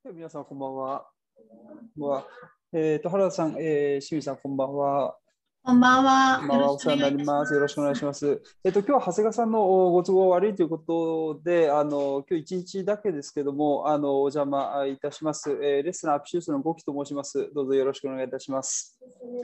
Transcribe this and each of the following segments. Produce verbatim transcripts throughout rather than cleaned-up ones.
皆さん、こんばんは。はえーと、原田さん、えー、清水さん、こんばんは。 こんばんは。 こんばんは。 よろしくおお世話に願いいたしまなります。よろしくお願いしす。 ます。えっと、今日は長谷川さんのご都合悪いということで、あの、今日一日だけですけども、あの、お邪魔いたします。えーレッスンアップシュースのごきと申します。どうぞよろしくお願いいたします。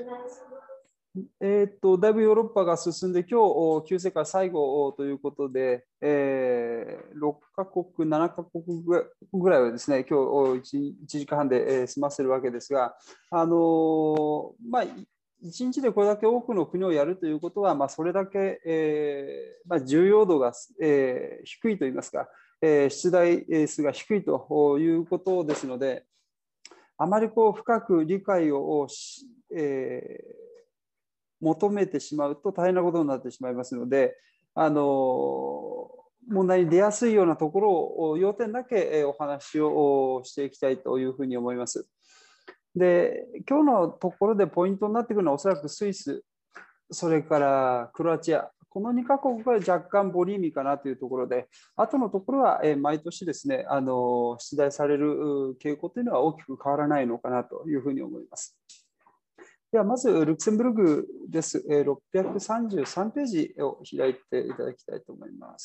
えーと、だいぶヨーロッパが進んで、今日、旧世界最後ということで、えー、ろっカ国、ななカ国ぐらいはですね、今日 1, いちじかんはんで、えー済ませるわけですが、あのーまあ、いちにちでこれだけ多くの国をやるということは、まあ、それだけ、えーまあ、重要度が、えー低いといいますか、えー出題数が低いということですので、あまりこう深く理解をし、えー求めてしまうと大変なことになってしまいますので、あの問題に出やすいようなところを要点だけお話をしていきたいというふうに思います。で、今日のところでポイントになってくるのはおそらくスイス、それからクロアチア、このにカ国が若干ボリューミーかなというところで、あとのところは毎年ですね、あの出題される傾向というのは大きく変わらないのかなというふうに思います。では、まず、ルクセンブルグです。ろっぴゃくさんじゅうさんページを開いていただきたいと思います。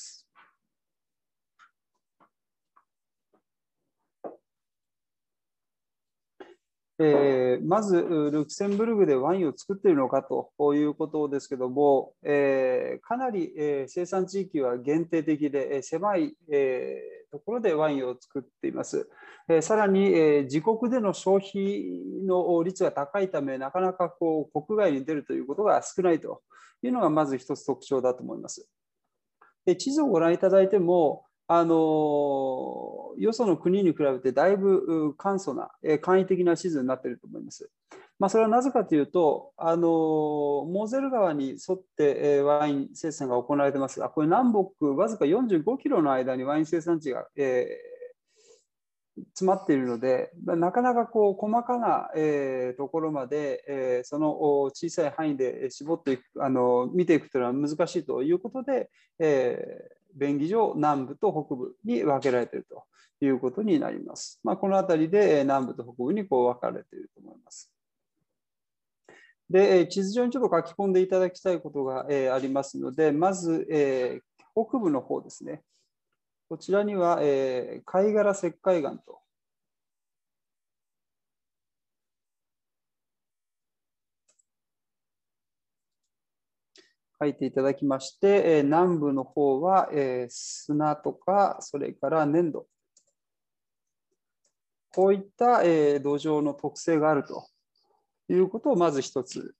えー、まず、ルクセンブルグでワインを作っているのかということですけども、えー、かなり、えー、生産地域は限定的で、えー、狭い、えー、ところでワインを作っています。えー、さらに、えー、自国での消費の率が高いため、なかなかこう国外に出るということが少ないというのがまず一つ特徴だと思います。で、地図をご覧いただいても、あのよその国に比べてだいぶ簡素な、簡易的な地図になっていると思います。まあ、それはなぜかというと、あのモーゼル川に沿ってワイン生産が行われていますが、これ南北わずかよんじゅうごキロの間にワイン生産地が、えー、詰まっているので、なかなかこう細かな、えー、ところまで、えー、その小さい範囲で絞っていく、あの見ていくというのは難しいということで、えー便宜上南部と北部に分けられているということになります。まあ、この辺りで南部と北部にこう分かれていると思います。で、地図上にちょっと書き込んでいただきたいことがありますので、まず北部の方ですね。こちらには貝殻石灰岩と書いていただきまして、南部の方は砂とか、それから粘土。こういった土壌の特性があるということをまず一つ。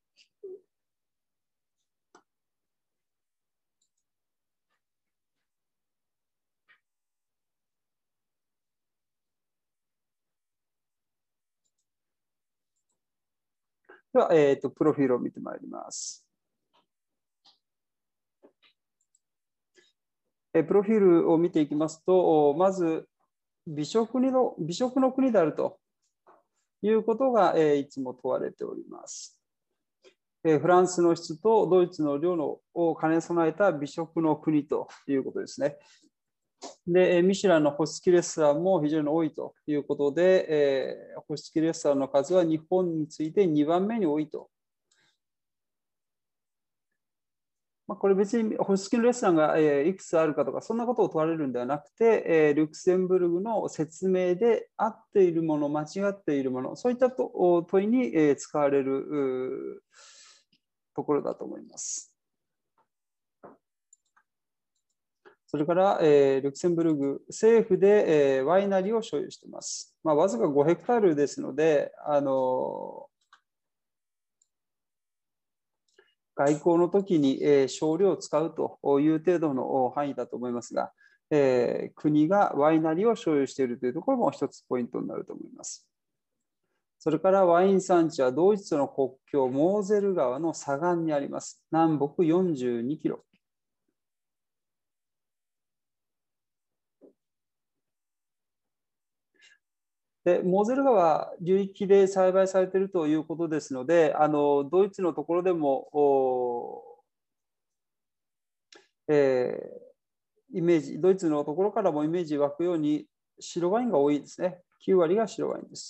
では、えーと、プロフィールを見てまいります。プロフィールを見ていきますと、まず美食の、美食の国であるということがいつも問われております。フランスの質とドイツの領のを兼ね備えた美食の国ということですね。で、ミシュランの星付きレストランも非常に多いということで、えー、星付きレストランの数は日本に次いでにばんめに多いと。まあ、これ別に星付きのレストランが、えー、いくつあるかとか、そんなことを問われるんではなくて、えー、ルクセンブルグの説明で合っているもの、間違っているもの、そういったと問いに、えー、使われるところだと思います。それから、えー、ルクセンブルグ、政府で、えー、ワイナリーを所有しています。まあ、わずかごヘクタールですので、あの外交の時に、えー、少量を使うという程度の範囲だと思いますが、えー、国がワイナリーを所有しているというところも一つポイントになると思います。それからワイン産地はドイツとの国境、モーゼル川の左岸にあります。南北よんじゅうにキロ。でモーゼル川流域で栽培されているということですので、あのドイツのところでも、えー、イメージ、ドイツのところからもイメージ湧くように白ワインが多いですね。 きゅう割が白ワインです。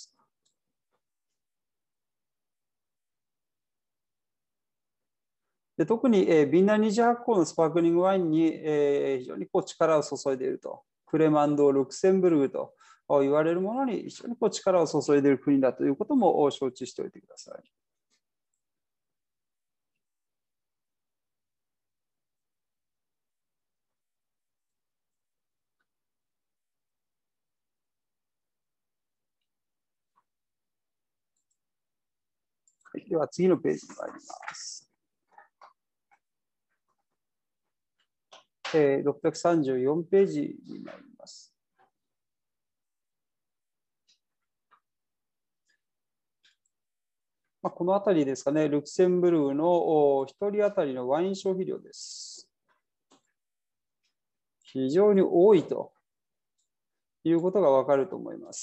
で特に、えー、ビンナ二次発酵のスパークリングワインに、えー、非常にこう力を注いでいると。クレマンド・ルクセンブルグと言われるものに非常にこう力を注いでいる国だということも承知しておいてください。はい、では次のページに参ります。えー、ろっぴゃくさんじゅうよんページになります。まあ、このあたりですかね、ルクセンブルグのひとり当たりのワイン消費量です。非常に多いということがわかると思います。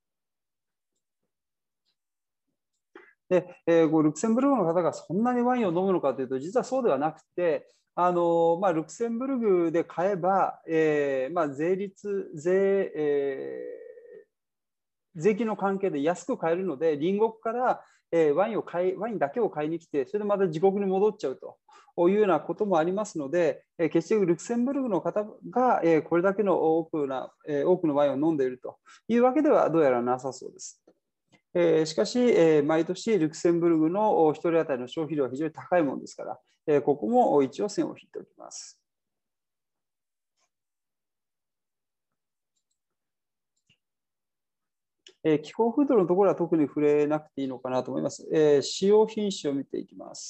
で、えー、ルクセンブルクの方がそんなにワインを飲むのかというと、実はそうではなくて、あのまあ、ルクセンブルクで買えば、えーまあ、税率、税、えー、税金の関係で安く買えるので、隣国から、えー、ワインを買い、ワインだけを買いに来て、それでまた自国に戻っちゃうというようなこともありますので、えー、決してルクセンブルクの方が、えー、これだけの多くな、えー、多くのワインを飲んでいるというわけではどうやらなさそうです。えー、しかし、えー、毎年ルクセンブルクのひとり当たりの消費量は非常に高いものですから、えー、ここも一応線を引いておきます。えー、気候風土のところは特に触れなくていいのかなと思います。えー、使用品種を見ていきます。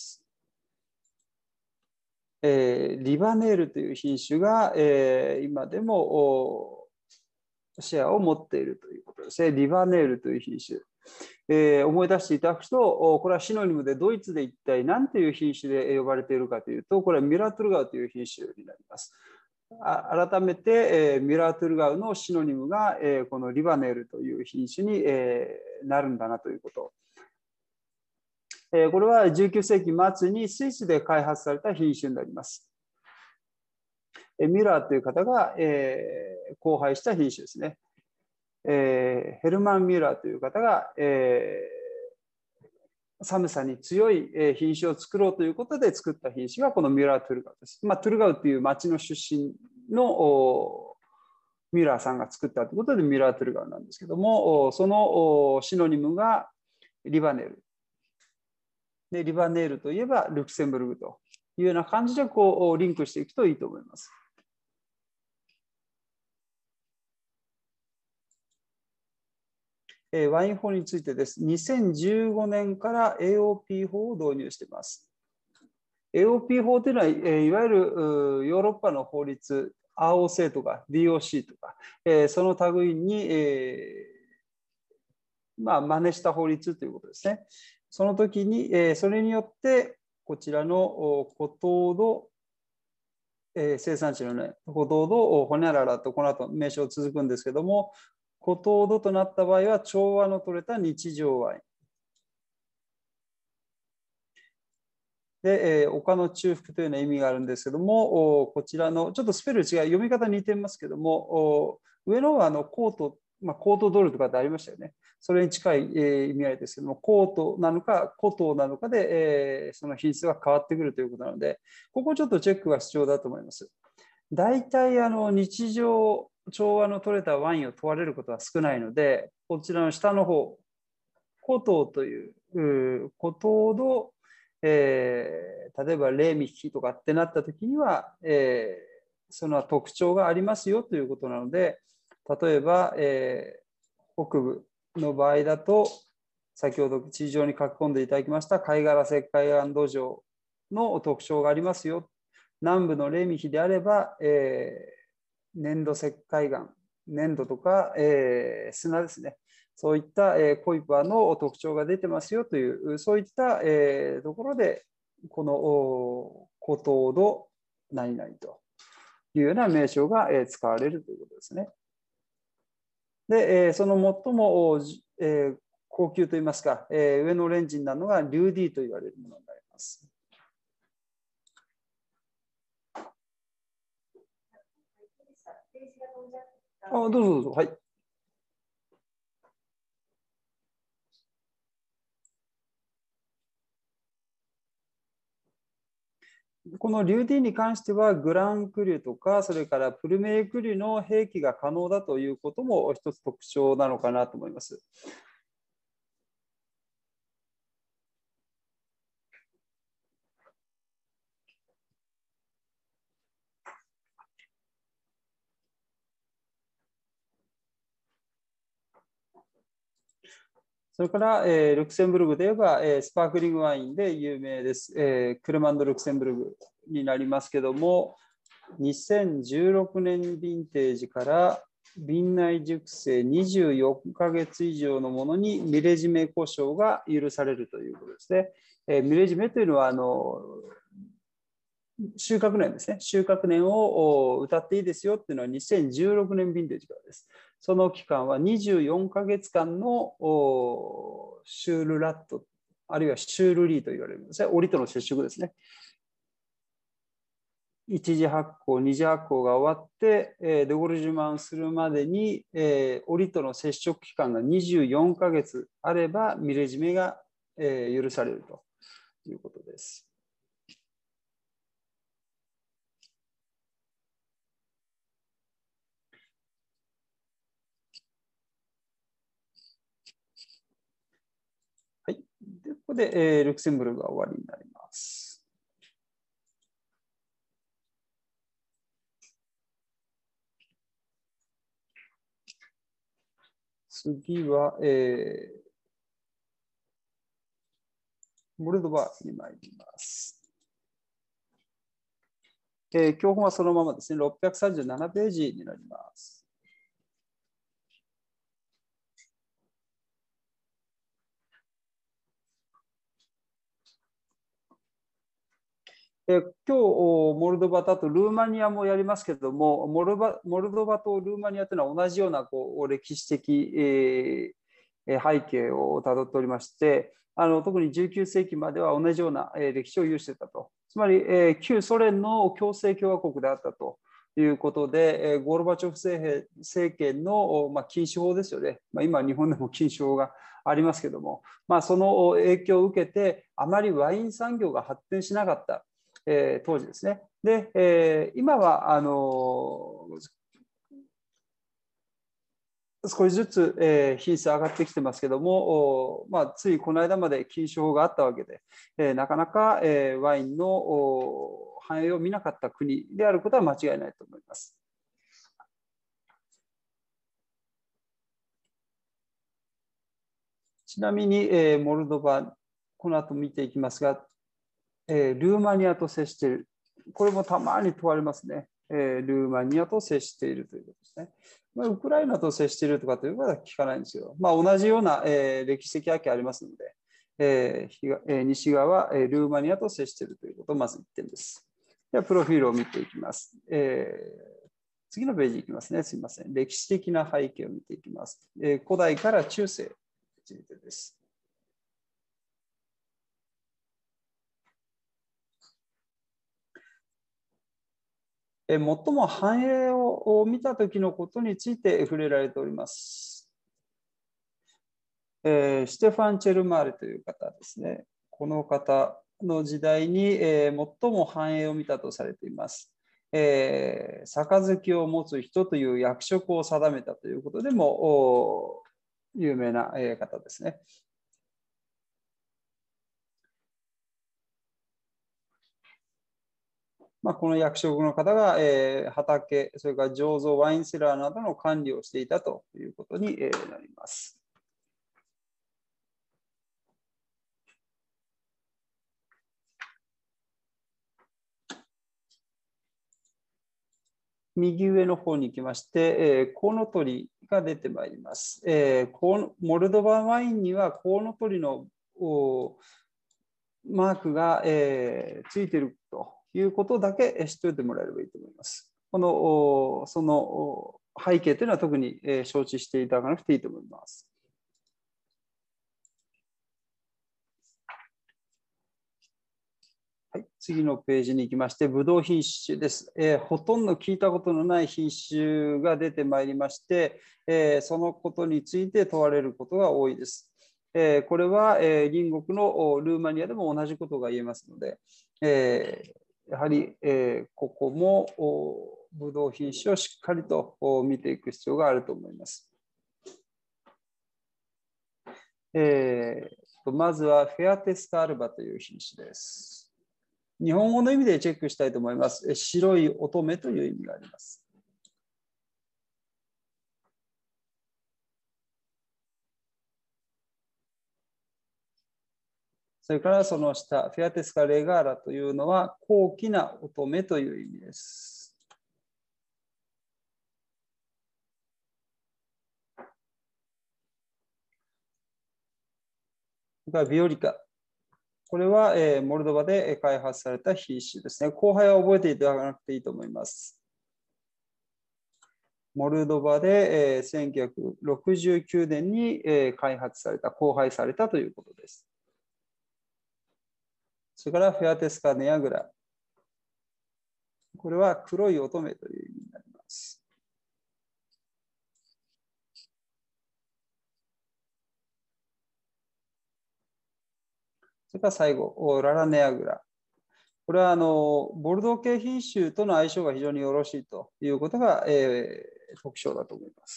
えー、リバネールという品種が、えー、今でもシェアを持っているということですね。リバネールという品種。えー、思い出していただくと、これはシノニムでドイツで一体何という品種で呼ばれているかというと、これはミュラトゥルガウという品種になります。あ改めて、えー、ミュラトゥルガウのシノニムが、えー、このリバネールという品種に、えー、なるんだなということ。えー、これはじゅうきゅう世紀末にスイスで開発された品種になります。えー、ミュラーという方が、えー、交配した品種ですね。えー、ヘルマン・ミュラーという方が、えー、寒さに強い品種を作ろうということで作った品種がこのミュラー・トゥルガウです。まあ、トゥルガウという町の出身のミュラーさんが作ったということでミュラー・トゥルガウなんですけども、そのシノニムがリバネール。でリバネールといえばルクセンブルクというような感じでこうリンクしていくといいと思います。ワイン法についてです。にせんじゅうごねんから エーオーピー 法を導入しています。エーオーピー 法というのは、いわゆるヨーロッパの法律、アーオーシー とか ディーオーシー とか、その類に、まあ、真似した法律ということですね。その時に、それによって、こちらのコトード、生産地のね、コトード、ホニャララとこの後名称続くんですけども、コトードとなった場合は調和の取れた日常ワイン。で、えー、丘の中腹というような意味があるんですけども、こちらのちょっとスペル違い、読み方似てますけども、上のはあのコート、まあ、コートドルとかってありましたよね。それに近い、えー、意味合いですけども、コートなのか、コトーなのかで、えー、その品質が変わってくるということなので、ここちょっとチェックが必要だと思います。大体あの日常調和の取れたワインを問われることは少ないので、こちらの下の方、コトーという、コトード、えー、例えばレーミヒとかってなった時には、えー、その特徴がありますよということなので、例えば、えー、北部の場合だと、先ほど地上に書き込んでいただきました貝殻石灰岩土壌の特徴がありますよ。南部のレーミヒであれば、えー、粘土石灰岩、粘土とか、えー、砂ですね。そういった、えー、コイパーの特徴が出てますよという、そういった、えー、ところで、このコトード何々というような名称が、えー、使われるということですね。で、えー、その最も、えー、高級といいますか、えー、上のレンジになるのがリューディーと言われるものになります。あ、どうぞどうぞ。はい。 このリューディに関しては、グランクリュとか、それからプルメイクリュの併記が可能だということも一つ特徴なのかなと思います。それから、えー、ルクセンブルグで言えば、えー、スパークリングワインで有名です。えー、クルマンド・ルクセンブルグになりますけども、にせんじゅうろくねんヴィンテージから瓶内熟成にじゅうよっかげつ以上のものにミレジメ故障が許されるということですね。えー、ミレジメというのはあの収穫年ですね。収穫年を歌っていいですよっていうのはにせんじゅうろくねんヴィンテージからです。その期間はにじゅうよんかげつかんのシュールラット、あるいはシュールリーと言われるんですね。折との接触ですね。一次発酵、二次発酵が終わって、えー、デゴルジュマンするまでに、えー、折との接触期間がにじゅうよんかげつあれば、ミレジメが、えー、許されるということです。はい。でここで、えー、ルクセンブルクが終わりになります。次は、えー、モルドバに参ります。えー、教本はそのままですね、ろっぴゃくさんじゅうななページになります。えー、今日、モルドバだとルーマニアもやりますけれども、モルバモルドバとルーマニアというのは同じようなこう歴史的、えー、背景をたどっておりまして、あの特にじゅうきゅうせいきまでは同じような、えー、歴史を有していたと。つまり、えー、旧ソ連の共生共和国であったということで、えー、ゴルバチョフ政権の、まあ、禁止法ですよね。まあ、今、日本でも禁止法がありますけれども、まあ、その影響を受けて、あまりワイン産業が発展しなかった。えー、当時ですね。で、えー、今はあの少しずつ、えー、品質上がってきてますけども、まあ、ついこの間まで禁酒法があったわけで、えー、なかなか、えー、ワインの繁栄を見なかった国であることは間違いないと思います。ちなみに、えー、モルドバ、この後見ていきますが、えー、ルーマニアと接している。これもたまに問われますね。えー、ルーマニアと接しているということですね。まあ、ウクライナと接しているとかということは聞かないんですよ。まあ、同じような、えー、歴史的背景ありますので、えーえー、西側は、えー、ルーマニアと接しているということをまずいってんです。では、プロフィールを見ていきます。えー、次のページいきますね。すみません。歴史的な背景を見ていきます。えー、古代から中世についてです。最も繁栄を見た時のことについて触れられております。えー、ステファン・チェルマーレという方ですね。この方の時代に、えー、最も繁栄を見たとされています。えー、杯を持つ人という役職を定めたということでも有名な方ですね。まあ、この役職の方が、えー、畑、それから醸造、ワインセラーなどの管理をしていたということに、えー、なります。右上の方に行きまして、えー、コウノトリが出てまいります。えー、モルドバワインにはコウノトリのマークが、えー、ついているということだけ知っておいてもらえればいいと思います。このその背景というのは特に承知していただかなくていいと思います。はい、次のページに行きまして、ブドウ品種です、えー。ほとんど聞いたことのない品種が出てまいりまして、えー、そのことについて問われることが多いです。えー、これは、えー、隣国のルーマニアでも同じことが言えますので、えやはり、えー、ここもブドウ品種をしっかりと見ていく必要があると思います。えー、まずはフェアテスカアルバという品種です。日本語の意味でチェックしたいと思います。白い乙女という意味があります。それからその下、フェアテスカレガーラというのは高貴な乙女という意味です。ビオリカ。これは、えー、モルドバで開発された品種ですね。後輩は覚えていただかなくていいと思います。モルドバで、えー、せんきゅうひゃくろくじゅうきゅうねんに、えー、開発された、交配されたということです。それからフェアテスカネアグラ。これは黒い乙女という意味になります。それから最後、ララネアグラ。これはあのボルドー系品種との相性が非常によろしいということが、えー、特徴だと思います。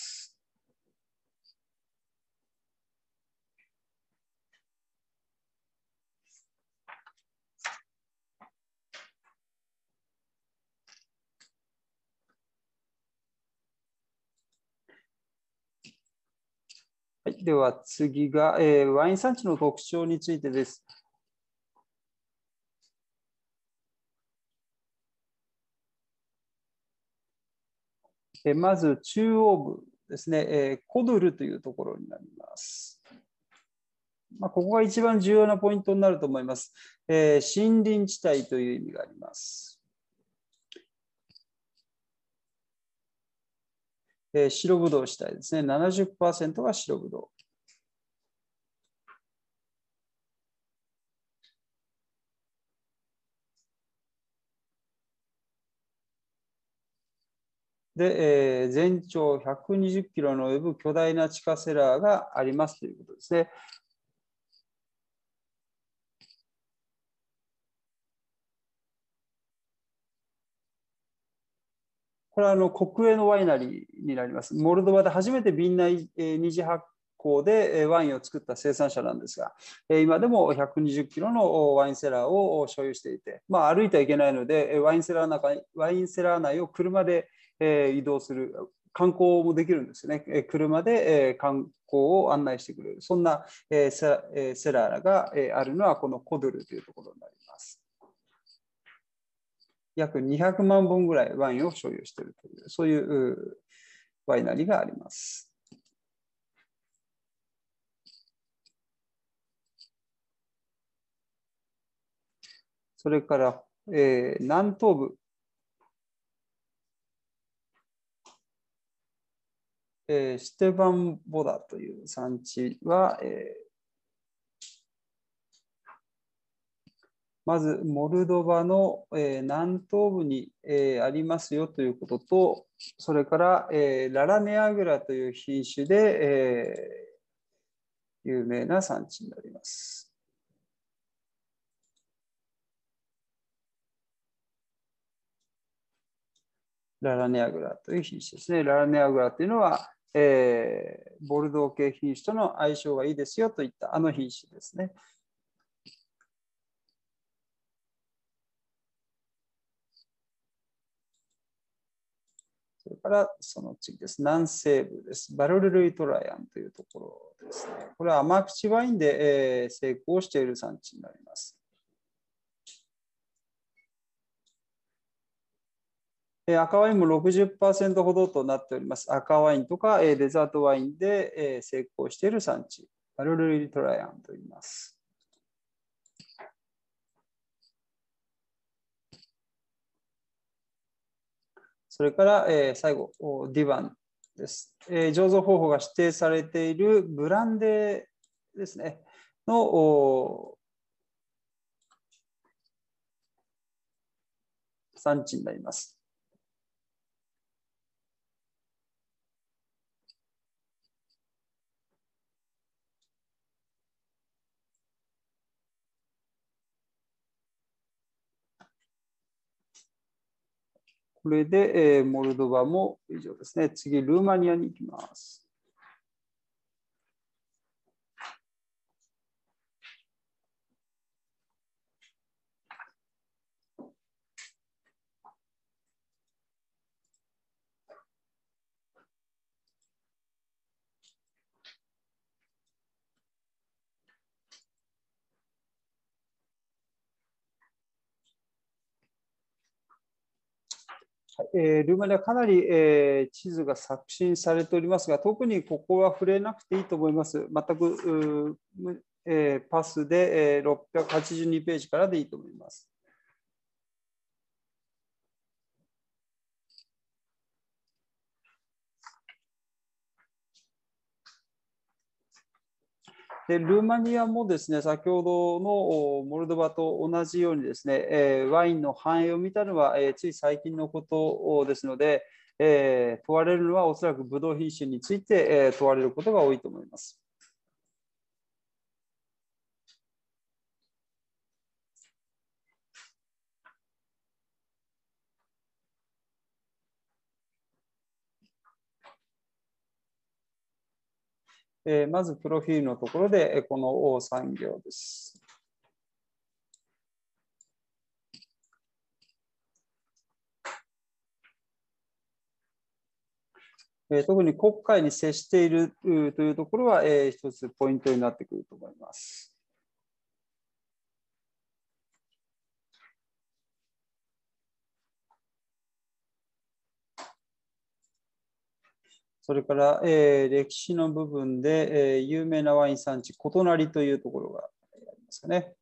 はい、では次が、えー、ワイン産地の特徴についてです。えー、まず中央部ですね、えー、コドルというところになります。まあ、ここが一番重要なポイントになると思います。えー、森林地帯という意味があります。えー、白ぶどう地帯ですね。ななじゅっパーセント が白ぶどう。で、えー、全長ひゃくにじゅっキロの及ぶ巨大な地下セラーがありますということですね。これはあの国営のワイナリーになります。モルドバで初めて瓶内二次発酵でワインを作った生産者なんですが、今でもひゃくにじゅっキロのワインセラーを所有していて、まあ、歩いてはいけないので、ワインセラー中ワインセラー内を車で移動する、観光もできるんですよね。車で観光を案内してくれる、そんなセラーがあるのはこのコドゥルというところになります。約にひゃくまんぼんぐらいワインを所有しているという、そういうワイナリーがあります。それから、えー、南東部、えー、ステバンボダという産地は、えー、まずモルドバの、えー、南東部に、えー、ありますよということと、それから、えー、ララネアグラという品種で、えー、有名な産地になります。ララネアグラという品種ですね。ララネアグラというのは、えー、ボルドー系品種との相性がいいですよといったあの品種ですね。それからその次です。南西部です。バルルルイトラヤンというところですね。これは甘口ワインで、えー、成功している産地になります。赤ワインも ろくじゅっパーセント ほどとなっております。赤ワインとかデザートワインで成功している産地。バルルイトラヤンと言います。それから、えー、最後、ディバンです、えー。醸造方法が指定されているブランデーですね、の産地になります。 これで、えー、モルドバも以上ですね。次、ルーマニアに行きます。えー、ルーマニアはかなり、えー、地図が刷新されておりますが、特にここは触れなくていいと思います。全く、えー、パスで、えー、ろっぴゃくはちじゅうにページからでいいと思います。でルーマニアもですね、先ほどのモルドバと同じようにですね、えー、ワインの繁栄を見たのは、えー、つい最近のことですので、えー、問われるのはおそらくブドウ品種について、えー、問われることが多いと思います。えー、まずプロフィールのところで、このさん行です。えー、特に国会に接しているというところは、えー、一つポイントになってくると思います。それから、えー、歴史の部分で、えー、有名なワイン産地、異なりというところがありますかね。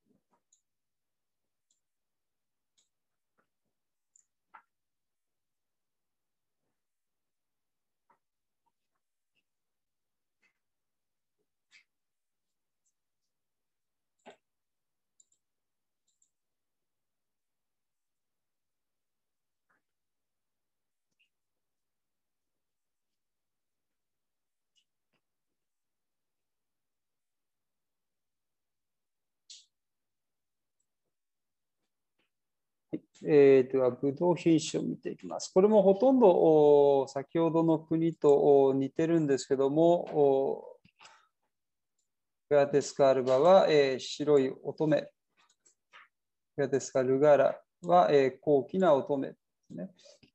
えー、では、ブドウ品種を見ていきます。これもほとんど先ほどの国と似てるんですけども、フェアテスカ・アルバは、えー、白い乙女、フェアテスカ・ルガーラは、えー、高貴な乙女ですね。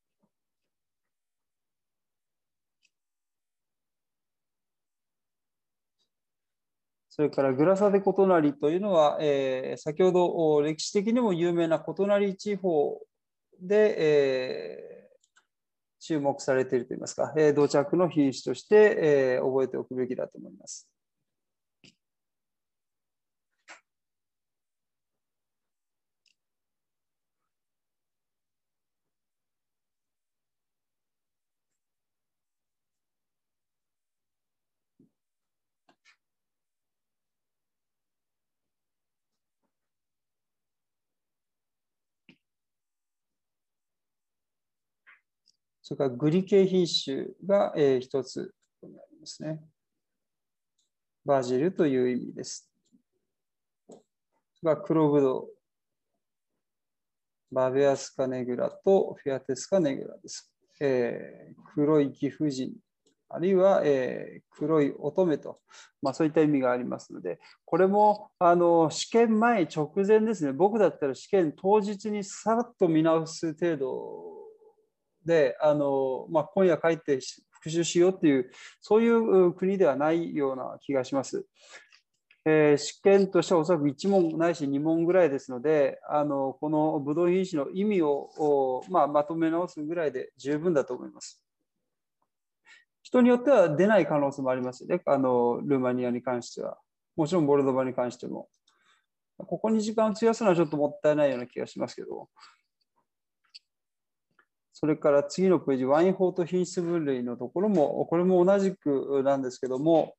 それからグラサデ・コトナリというのは、えー、先ほど歴史的にも有名なコトナリ地方で、えー、注目されているといいますか、えー、同着の品種として、えー、覚えておくべきだと思います。それからグリ系品種が、えー、一つになりますね。バジルという意味です。が黒ぶどう、バベアスカネグラとフィアテスカネグラです。えー、黒い貴婦人、あるいは、えー、黒い乙女と、まあ、そういった意味がありますので、これもあの試験前直前ですね、僕だったら試験当日にさらっと見直す程度で、あのまあ、今夜帰って復習しようっていう、そういう国ではないような気がします。えー、試験としてはおそらくいち問ないしに問ぐらいですので、あのこのブドウ品種の意味を、まあ、まとめ直すぐらいで十分だと思います。人によっては出ない可能性もありますね、あのルーマニアに関しては。もちろんボルドバに関しても。ここに時間を費やすのはちょっともったいないような気がしますけど。それから次のページ、ワイン法と品質分類のところも、これも同じくなんですけども、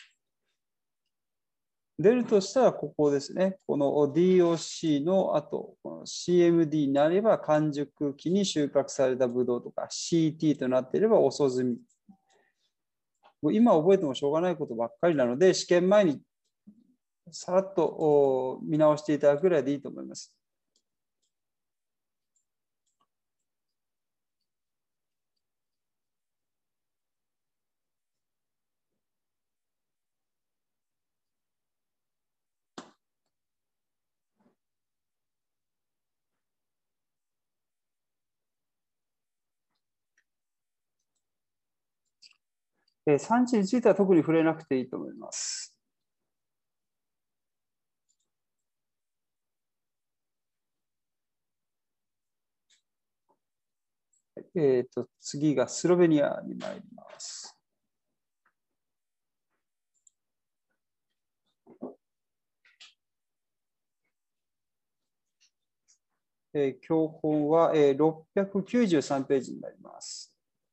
出るとしたらここですね。この ディーオーシー の後、この シーエムディー になれば完熟期に収穫されたブドウとか シーティー となっていれば遅摘み。今覚えてもしょうがないことばっかりなので、試験前にさらっと見直していただくぐらいでいいと思います。 えー、産地については特に触れなくていいと思います。えーと、次がスロベニアに参ります。えー、教本は、えー、ろっぴゃくきゅうじゅうさんページになります。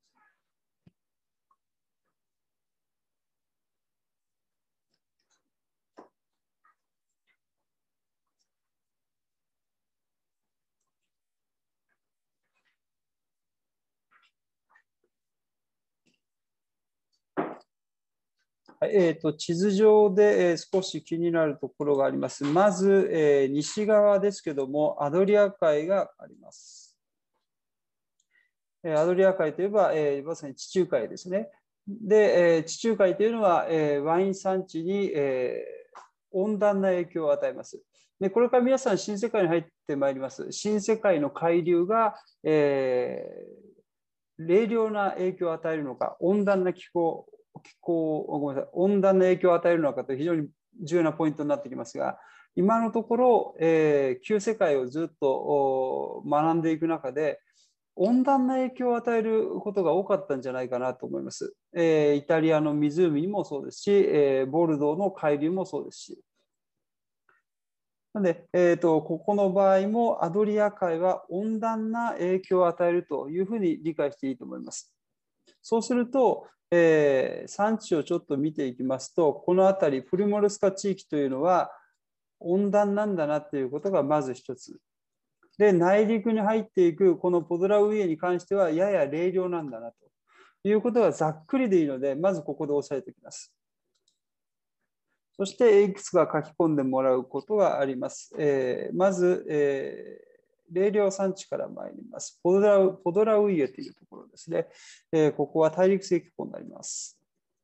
えーと、地図上で、えー、少し気になるところがあります。まず、えー、西側ですけども、アドリア海があります。えー、アドリア海といえば、えー、まさに地中海ですね。で、えー、地中海というのは、えー、ワイン産地に、えー、温暖な影響を与えます。で、これから皆さん、新世界に入ってまいります。新世界の海流が、えー、冷涼な影響を与えるのか、温暖な気候、気候ごめんなさい、温暖な影響を与えるのかという非常に重要なポイントになってきますが、今のところ、えー、旧世界をずっと学んでいく中で、温暖な影響を与えることが多かったんじゃないかなと思います。えー、イタリアの湖もそうですし、えー、ボルドーの海流もそうですし。なので、えーと、ここの場合もアドリア海は温暖な影響を与えるというふうに理解していいと思います。そうすると、えー、産地をちょっと見ていきますと、この辺り、プリモルスカ地域というのは温暖なんだなということがまず一つ。で、内陸に入っていくこのポドラウイエに関してはやや冷涼なんだなということがざっくりでいいので、まずここで押さえておきます。そしていくつか書き込んでもらうことがあります。えー、まず、えー、冷涼産地から参ります。ポドラウ、ポドラウイエというところですね。えー、ここは大陸性気候になります。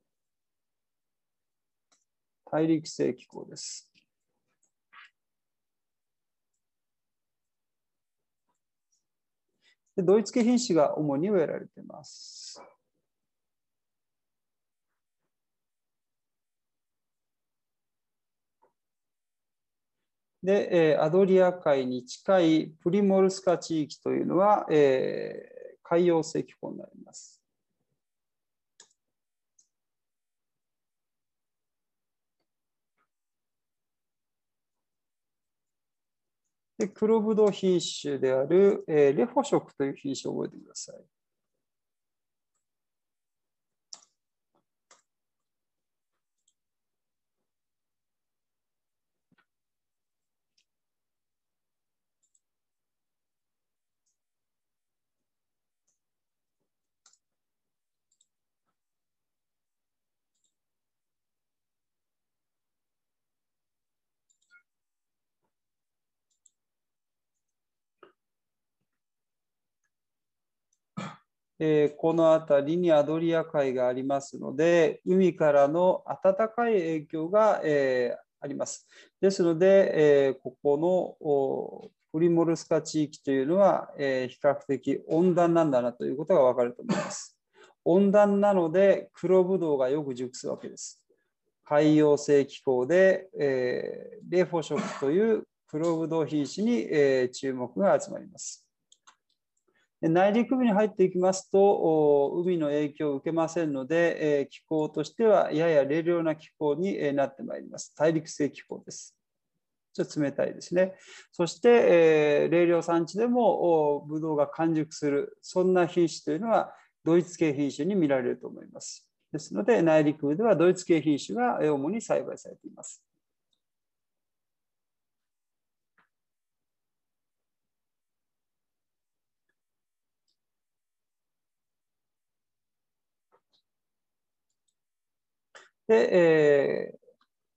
大陸性気候です。でドイツ系品種が主に植えられています。で、えー、アドリア海に近いプリモルスカ地域というのは、えー、海洋性気候になります。で、黒ぶどう品種である、えー、レフォショクという品種を覚えてください。えー、この辺りにアドリア海がありますので、海からの暖かい影響が、えー、あります。ですので、えー、ここのプリモルスカ地域というのは、えー、比較的温暖なんだなということがわかると思います。温暖なので黒ぶどうがよく熟すわけです。海洋性気候で、えー、レフォショクという黒ぶどう品種に、えー、注目が集まります。内陸部に入っていきますと、海の影響を受けませんので、えー、気候としてはやや冷涼な気候になってまいります。大陸性気候です。ちょっと冷たいですね。そして、えー、冷涼産地でもブドウが完熟する、そんな品種というのはドイツ系品種に見られると思います。ですので、内陸部ではドイツ系品種が主に栽培されています。で、えー、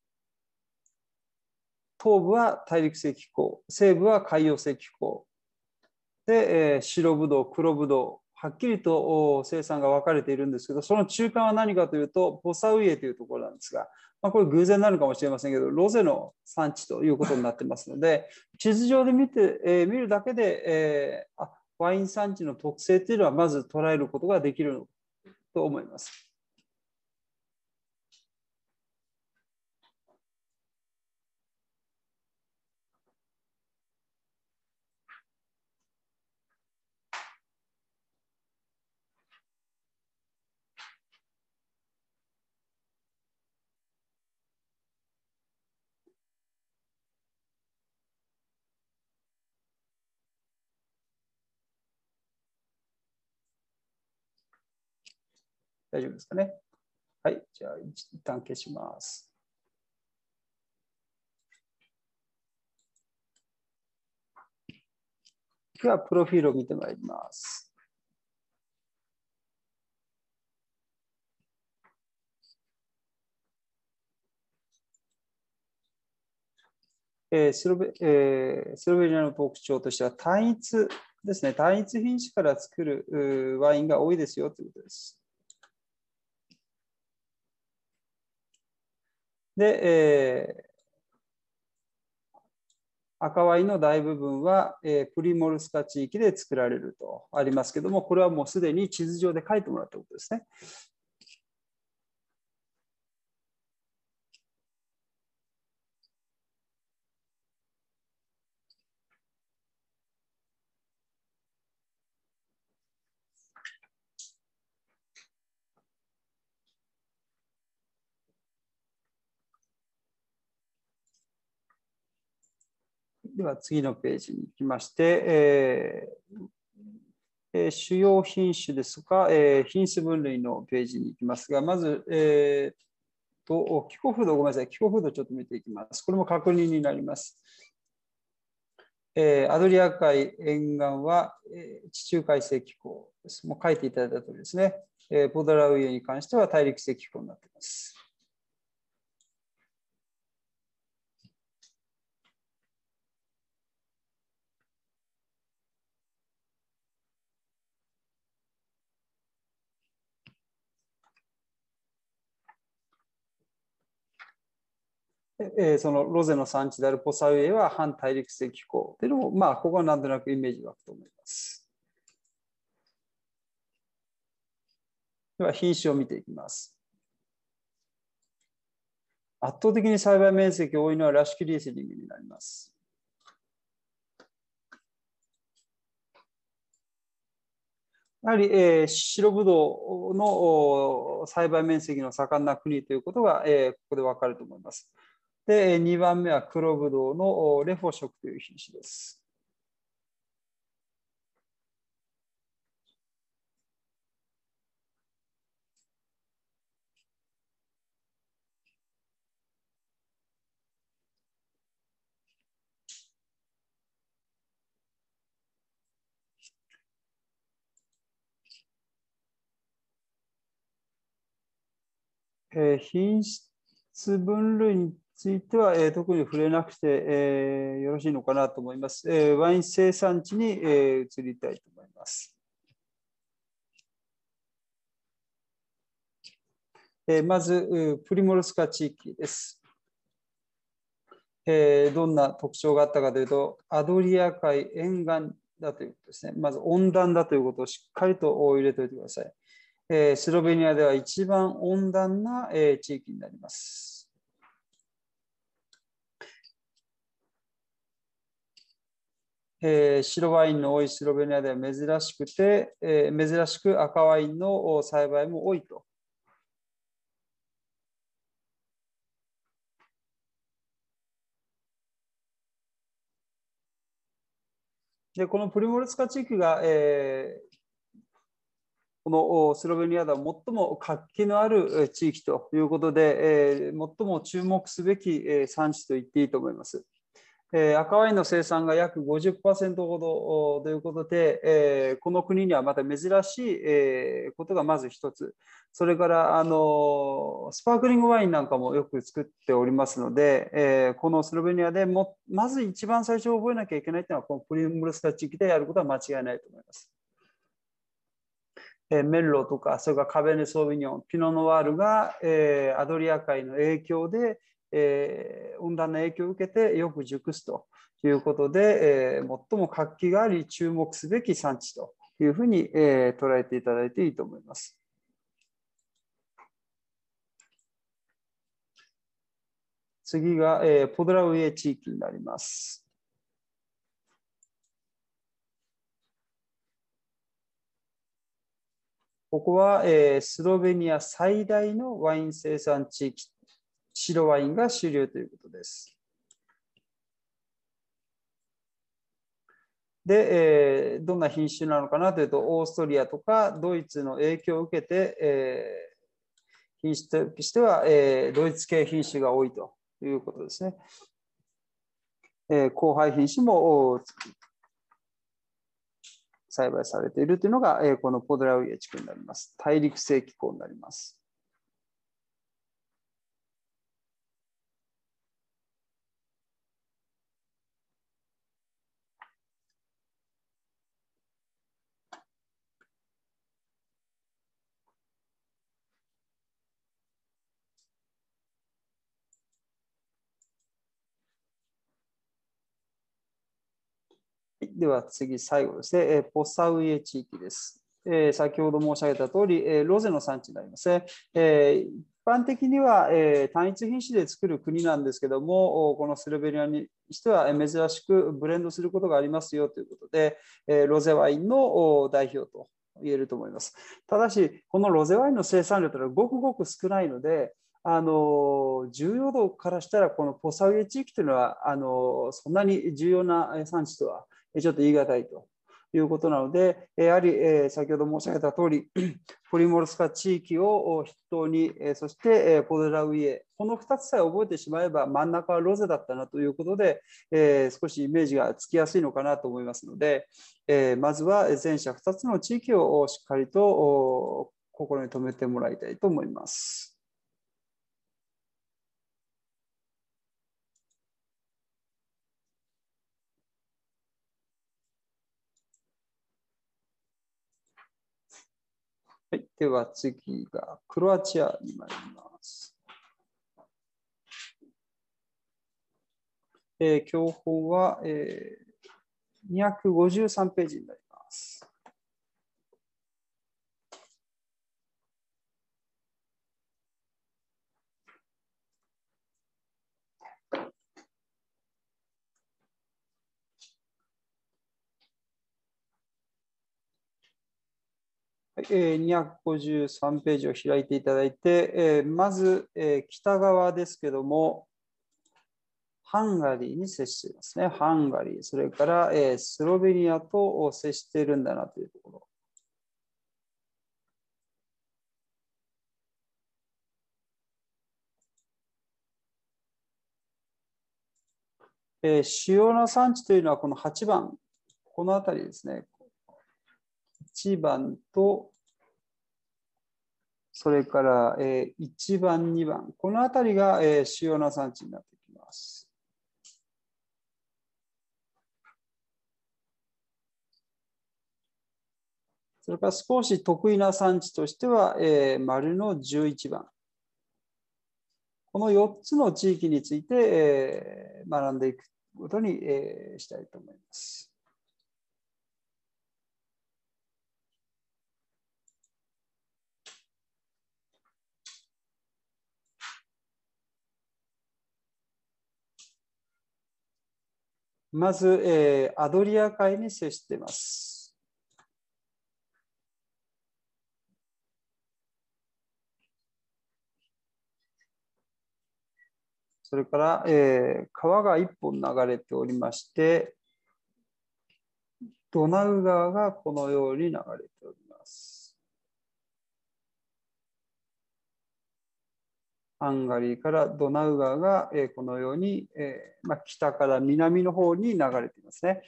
東部は大陸性気候、西部は海洋性気候。で、えー、白ぶどう、黒ぶどう、はっきりと生産が分かれているんですけど、その中間は何かというと、ポサウイエというところなんですが、まあ、これ偶然なのかもしれませんけど、ロゼの産地ということになってますので、地図上で見て、えー、見るだけで、えー、あワイン産地の特性というのはまず捉えることができると思います。 大丈夫ですかね。はい。じゃあ、一旦消します。では、プロフィールを見てまいります。えースロベえースロベニアの特徴としては単一ですね。単一品種から作るワインが多いですよということです。で、えー赤ワインの大部分は、えープリモルスカ地域で作られるとありますけども、これはもうすでに地図上で書いてもらったことですね。では次のページに行きまして、えーえー主要品種ですとか、えー品種分類のページに行きますが、まず、えーと気候風土、ごめんなさい、気候風土ちょっと見ていきます。これも確認になります。えーアドリア海沿岸は、えー地中海性気候です。もう書いていただいた通りですね。えーポドラウイエに関しては大陸性気候になっています。えーそのロゼの産地であるポサウエは反大陸性気候というのも、まあ、ここはなんとなくイメージ湧くと思います。では、品種を見ていきます。圧倒的に栽培面積が多いのはラシュキリーセリングになります。やはり、えー、白ブドウの栽培面積の盛んな国ということが、えー、ここでわかると思います。で、にばんめは黒ブドウのレフォ色という品種です。えー、品質分類については、えー、特に触れなくて、えー、よろしいのかなと思います。えー、ワイン生産地に、えー、移りたいと思います。えー、まず、プリモルスカ地域です。えー、どんな特徴があったかというと、アドリア海沿岸だということですね。まず温暖だということをしっかりと入れておいてください。えー、スロベニアでは一番温暖な、えー、地域になります。えー、白ワインの多いスロベニアでは珍しくて、えー、珍しく赤ワインの栽培も多いと。で、このプリモルスカ地域が、えー、このスロベニアでは最も活気のある地域ということで、えー、最も注目すべき産地と言っていいと思います。えー、赤ワインの生産が約 ごじゅっパーセント ほどということで、えー、この国にはまた珍しい、えー、ことがまず一つ。それからあのスパークリングワインなんかもよく作っておりますので、えー、このスロベニアでもまず一番最初覚えなきゃいけないというのはこのプリムルスカ地域でやることは間違いないと思います。えー、メルロとか、それからカベネ・ソーヴィニョン、ピノ・ノワールが、えー、アドリア海の影響で、えー、温暖な影響を受けてよく熟すということで、えー、最も活気があり注目すべき産地というふうに、えー、捉えていただいていいと思います。次が、えー、ポドラウイエ地域になります。ここは、えー、スロベニア最大のワイン生産地域、白ワインが主流ということです。 で、えー、どんな品種なのかなというと、オーストリアとかドイツの影響を受けて、えー、品種としては、えー、ドイツ系品種が多いということですね。えー、交配品種も栽培されているというのが、えー、このポドラウイエ地区になります。大陸性気候になります。では次、最後ですね、ポサウイエ地域です。えー、先ほど申し上げた通り、えー、ロゼの産地になりますね。えー、一般的には、えー、単一品種で作る国なんですけども、このスロベニアにしては珍しくブレンドすることがありますよということで、えー、ロゼワインの代表と言えると思います。ただし、このロゼワインの生産量というのはごくごく少ないので、あの重要度からしたら、このポサウイエ地域というのはあのそんなに重要な産地とはちょっと言い難いということなので、やはり先ほど申し上げた通り、プリモルスカ地域を筆頭に、そしてポドラウイエ、このふたつさえ覚えてしまえば、真ん中はロゼだったなということで、少しイメージがつきやすいのかなと思いますので、まずは前者ふたつの地域をしっかりと心に留めてもらいたいと思います。はい、では次がクロアチアに参ります。えー、教本は、えー、にひゃくごじゅうさんページになります。えー、にひゃくごじゅうさんページを開いていただいて、えー、まず、えー、北側ですけども、ハンガリーに接していますね。ハンガリー、それから、えー、スロベニアと接しているんだなというところ。えー、主要な産地というのはこのはちばん、この辺りですね。いちばんと、それから、えー、いちばん、にばん、この辺りが、えー、主要な産地になってきます。それから少し得意な産地としては、えー、丸のじゅういちばん。このよっつの地域について、えー、学んでいくことに、えー、したいと思います。まず、えー、アドリア海に接しています。それから、えー、川がいっぽん流れておりまして、ドナウ川がこのように流れております。ハンガリーからドナウ川が、えー、このように、えーまあ、北から南の方に流れていますね。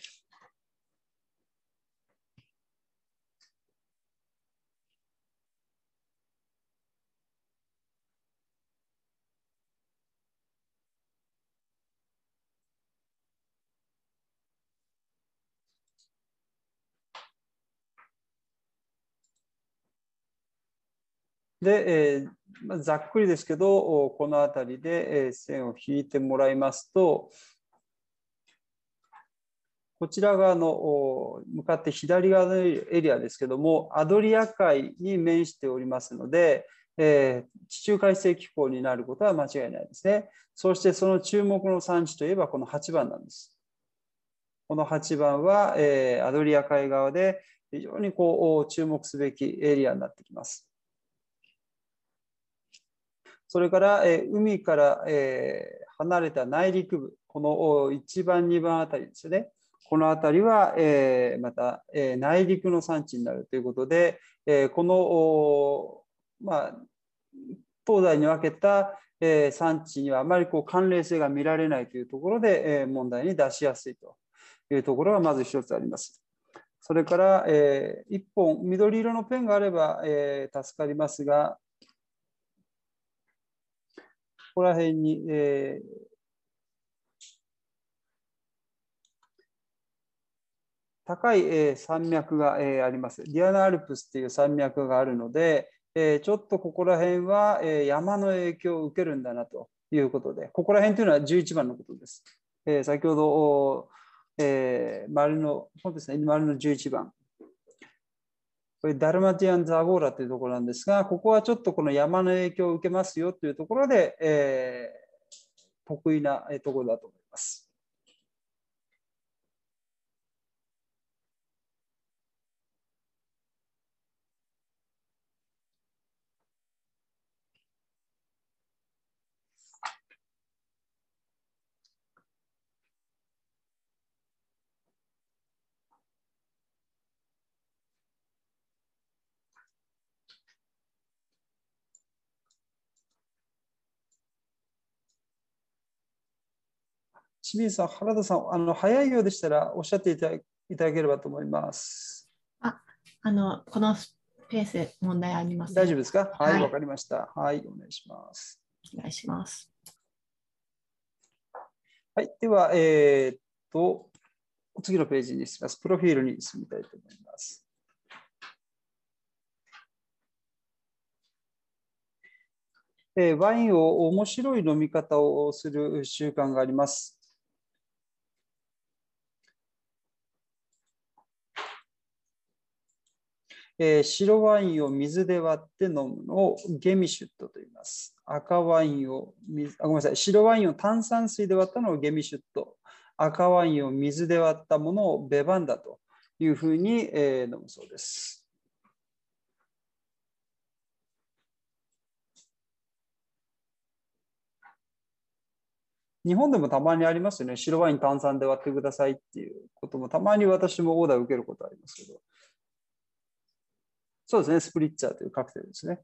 で、えー、ざっくりですけど、この辺りで、えー、線を引いてもらいますと、こちら側の向かって左側のエリアですけども、アドリア海に面しておりますので、えー、地中海性気候になることは間違いないですね。そしてその注目の産地といえばこのはちばんなんです。このはちばんは、えー、アドリア海側で非常にこう注目すべきエリアになってきます。それから、えー、海から、えー、離れた内陸部、このいちばん、にばんあたりですね。 この辺りは、えー、また、えー、内陸の産地になるということで、えー、この、まあ、東西に分けた、えー、産地にはあまりこう関連性が見られないというところで、えー、問題に出しやすいというところがまず一つあります。それから、えー、いっぽん緑色のペンがあれば、えー、助かりますが、ここら辺に、えー高い、えー、山脈が、えー、あります。ディアナアルプスっていう山脈があるので、えー、ちょっとここら辺は、えー、山の影響を受けるんだなということで、ここら辺というのはじゅういちばんのことです。えー、先ほど、えー、丸の、そうですね、丸のじゅういちばん。これダルマティアン・ザゴーラというところなんですが、ここはちょっとこの山の影響を受けますよというところで、えー、得意なところだと思います。清水さん、原田さん、あの早いようでしたらおっしゃっていただければと思います。 あ、あの、このペースで問題ありません。 大丈夫ですか？はい、わはい、 かりました。はい、お願いします。 お願いします。 はい、では、えー、っと、次のページに進みます。プロフィールに進みたいと思います。えー、ワインを面白い飲み方をする習慣があります。えー、白ワインを水で割って飲むのをゲミシュットと言います。赤ワインを水あ、ごめんなさい、白ワインを炭酸水で割ったのをゲミシュット。赤ワインを水で割ったものをベバンダというふうに、えー、飲むそうです。日本でもたまにありますよね。白ワイン炭酸で割ってくださいっていうこともたまに私もオーダーを受けることありますけど。そうですね、スプリッツァーというカクテルですね。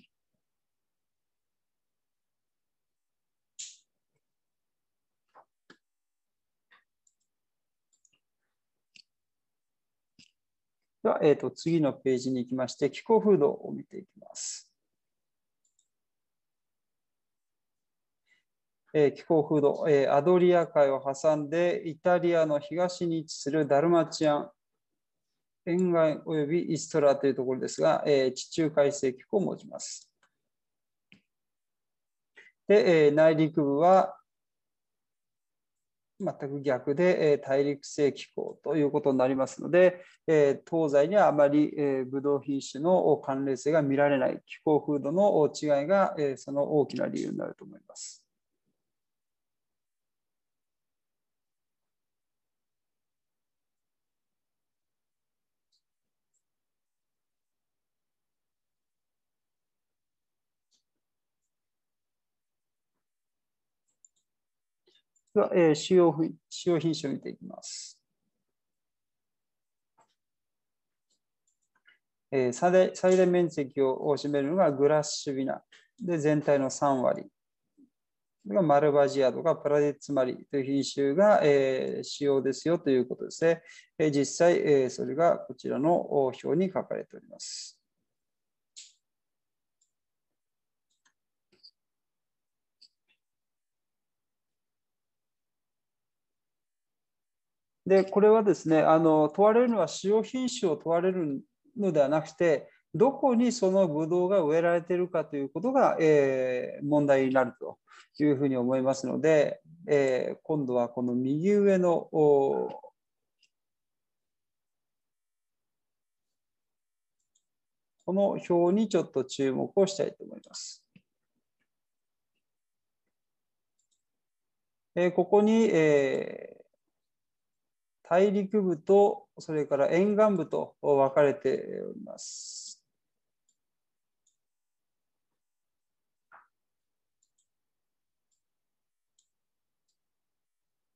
では、えーと、次のページに行きまして、気候風土を見ていきます。えー、気候風土、えー、アドリア海を挟んでイタリアの東に位置するダルマチアン沿岸およびイストラというところですが、えー、地中海性気候を持ちます。で、えー、内陸部は全く逆で大陸性気候ということになりますので、東西にはあまりブドウ品種の関連性が見られない気候風土の違いがその大きな理由になると思います。では、主要主要品種を見ていきます。最大最大面積を占めるのがグラッシュビナで全体のさんわり。マルバジアとかプラディッツマリという品種が、えー、主要ですよということですね。えー、実際、えー、それがこちらの表に書かれております。で、これはですね、あの問われるのは使用品種を問われるのではなくて、どこにそのブドウが植えられているかということが、えー、問題になるというふうに思いますので、えー、今度はこの右上のこの表にちょっと注目をしたいと思います。えー、ここに、えー大陸部とそれから沿岸部と分かれております。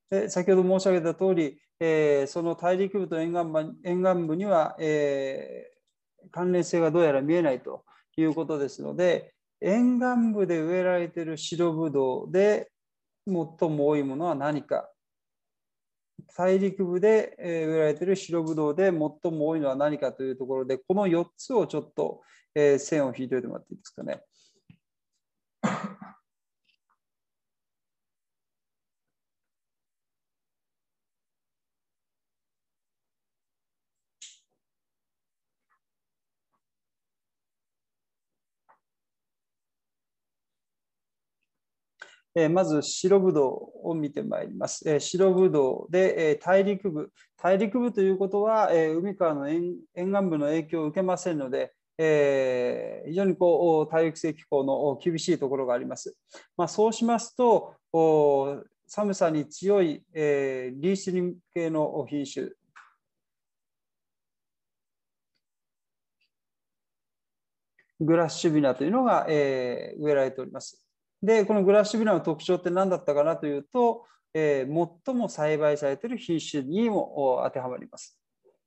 で先ほど申し上げた通り、えー、その大陸部と沿岸部沿岸部には、えー、関連性がどうやら見えないということですので、沿岸部で植えられている白ぶどうで最も多いものは何か、大陸部で植えられている白ぶどうで最も多いのは何かというところで、このよっつをちょっと、えー、線を引いておいてもらっていいですかね。まず白ぶどうを見てまいります。白ぶどうで大陸部、大陸部ということは海からの沿岸部の影響を受けませんので、非常にこう大陸性気候の厳しいところがあります。まあ、そうしますと、寒さに強いリーシリン系の品種、グラッシュビナというのが植えられております。で、このグラッシュビナの特徴って何だったかなというと、えー、最も栽培されている品種にも当てはまります。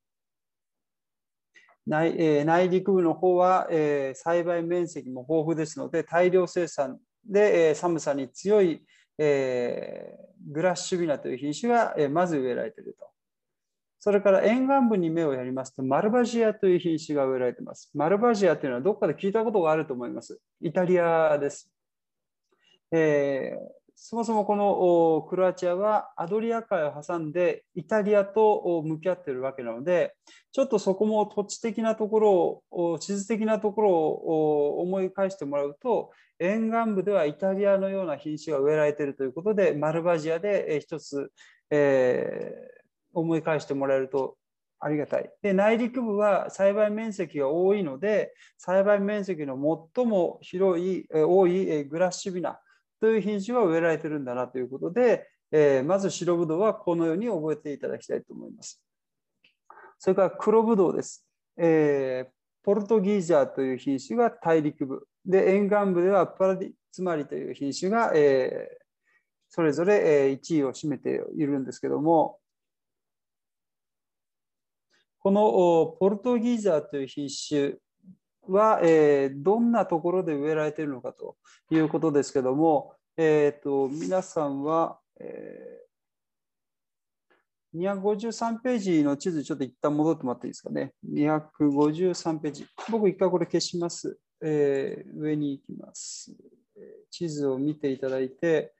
内,、えー、内陸部の方は、えー、栽培面積も豊富ですので、大量生産で、えー、寒さに強い、えー、グラッシュビナという品種が、えー、まず植えられていると。それから沿岸部に目をやりますと、マルバジアという品種が植えられています。マルバジアというのはどこかで聞いたことがあると思います。イタリアです。えー、そもそもこのクロアチアはアドリア海を挟んでイタリアと向き合っているわけなので、ちょっとそこも土地的なところを、地図的なところを思い返してもらうと、沿岸部ではイタリアのような品種が植えられているということで、マルバジアで一つ、えー、思い返してもらえるとありがたい。で、内陸部は栽培面積が多いので、栽培面積の最も広い、多いグラッシュビナという品種が植えられているんだなということで、えー、まず白ぶどうはこのように覚えていただきたいと思います。それから黒ぶどうです。えー、ポルトギージャーという品種が大陸部で、沿岸部ではパラディツマリという品種が、えー、それぞれいちいを占めているんですけども、このポルトギージャーという品種は、えー、どんなところで植えられているのかということですけども、えー、と皆さんは、えー、にひゃくごじゅうさんページの地図ちょっと一旦戻ってもらっていいですかね。にひゃくごじゅうさんページ。僕一回これ消します。えー、上に行きます。地図を見ていただいて、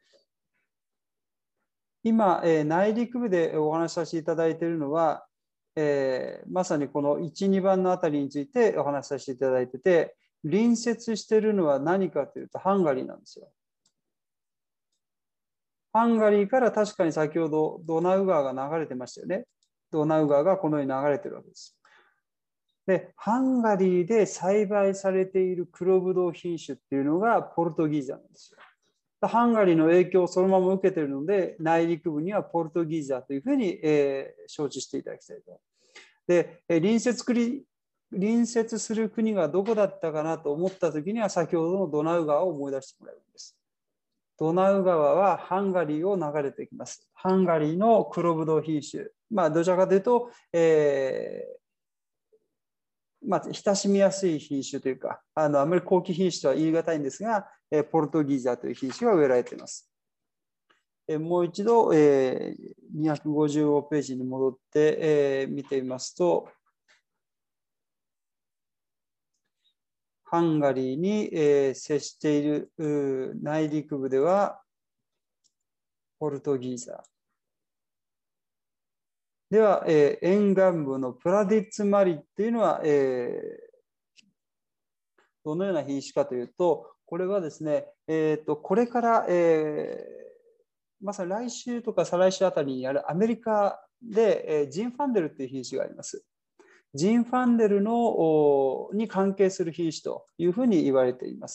今、えー、内陸部でお話しさせていただいているのは、えー、まさにこのいち、にばんのあたりについてお話しさせていただいてて、隣接しているのは何かというとハンガリーなんですよ。ハンガリーから確かに先ほどドナウ川が流れてましたよね。ドナウ川がこのように流れてるわけです。で、ハンガリーで栽培されている黒ブドウ品種っていうのがポルトギージャなんですよ。ハンガリーの影響をそのまま受けているので、内陸部にはポルトギージャというふうに、えー、承知していただきたいと。で、隣接国隣接する国がどこだったかなと思ったときには、先ほどのドナウ川を思い出してもらうんです。ドナウ川はハンガリーを流れてきます。ハンガリーの黒ブドウ品種。まあ、どちらかというと、えーまあ、親しみやすい品種というか、あのあまり高級品種とは言い難いんですが、ポルトギージャという品種が植えられています。もう一度、えー、にひゃくごじゅうごページに戻って、えー、見てみますと、ハンガリーに、えー、接している内陸部では、ポルトギージャ。では、えー、沿岸部のプラディッツマリっていうのは、えー、どのような品種かというと、これはですね、えー、とこれから、えー、まさに来週とか再来週あたりにあるアメリカで、えー、ジンファンデルっていう品種があります。ジンファンデルのに関係する品種というふうに言われています。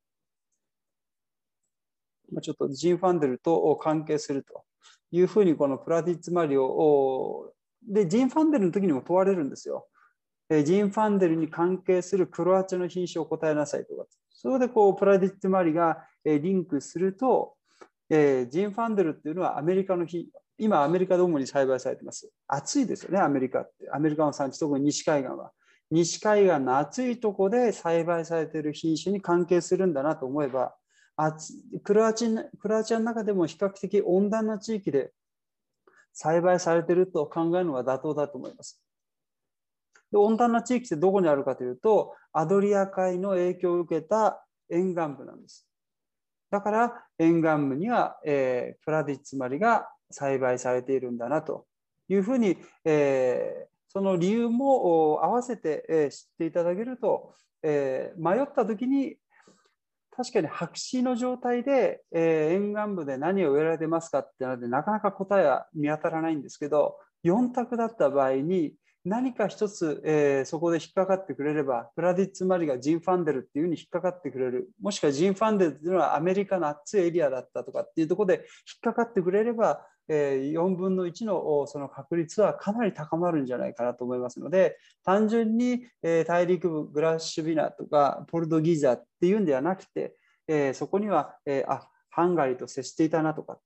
ちょっとジンファンデルと関係するというふうにこのプラディッツマリをでジンファンデルの時にも問われるんですよ。ジンファンデルに関係するクロアチアの品種を答えなさいとか。そこでこうプラディッツマリがリンクすると、 えー、ジンファンデルっていうのはアメリカの品、今アメリカで主に栽培されています。暑いですよね、アメリカって。アメリカの産地、特に西海岸は。西海岸の暑いところで栽培されている品種に関係するんだなと思えば、クロアチア、クロアチアの中でも比較的温暖な地域で栽培されていると考えるのが妥当だと思います。で、温暖な地域ってどこにあるかというと、アドリア海の影響を受けた沿岸部なんです。だから沿岸部には、えー、プラディツマリが栽培されているんだなというふうに、えー、その理由も合わせて、えー、知っていただけると、えー、迷った時に確かに白紙の状態で、えー、沿岸部で何を植えられてますかってのでなかなか答えは見当たらないんですけど、よん択だった場合に何か一つ、えー、そこで引っかかってくれれば、プラディッツマリがジンファンデルっていうふうに引っかかってくれる、もしくはジンファンデルっていうのはアメリカの暑いエリアだったとかっていうところで引っかかってくれれば、えー、よんぶんのいちのその確率はかなり高まるんじゃないかなと思いますので、単純に、えー、大陸部グラッシュビナとかポルドギザっていうんではなくて、えー、そこには、えー、あ、ハンガリーと接していたなとか、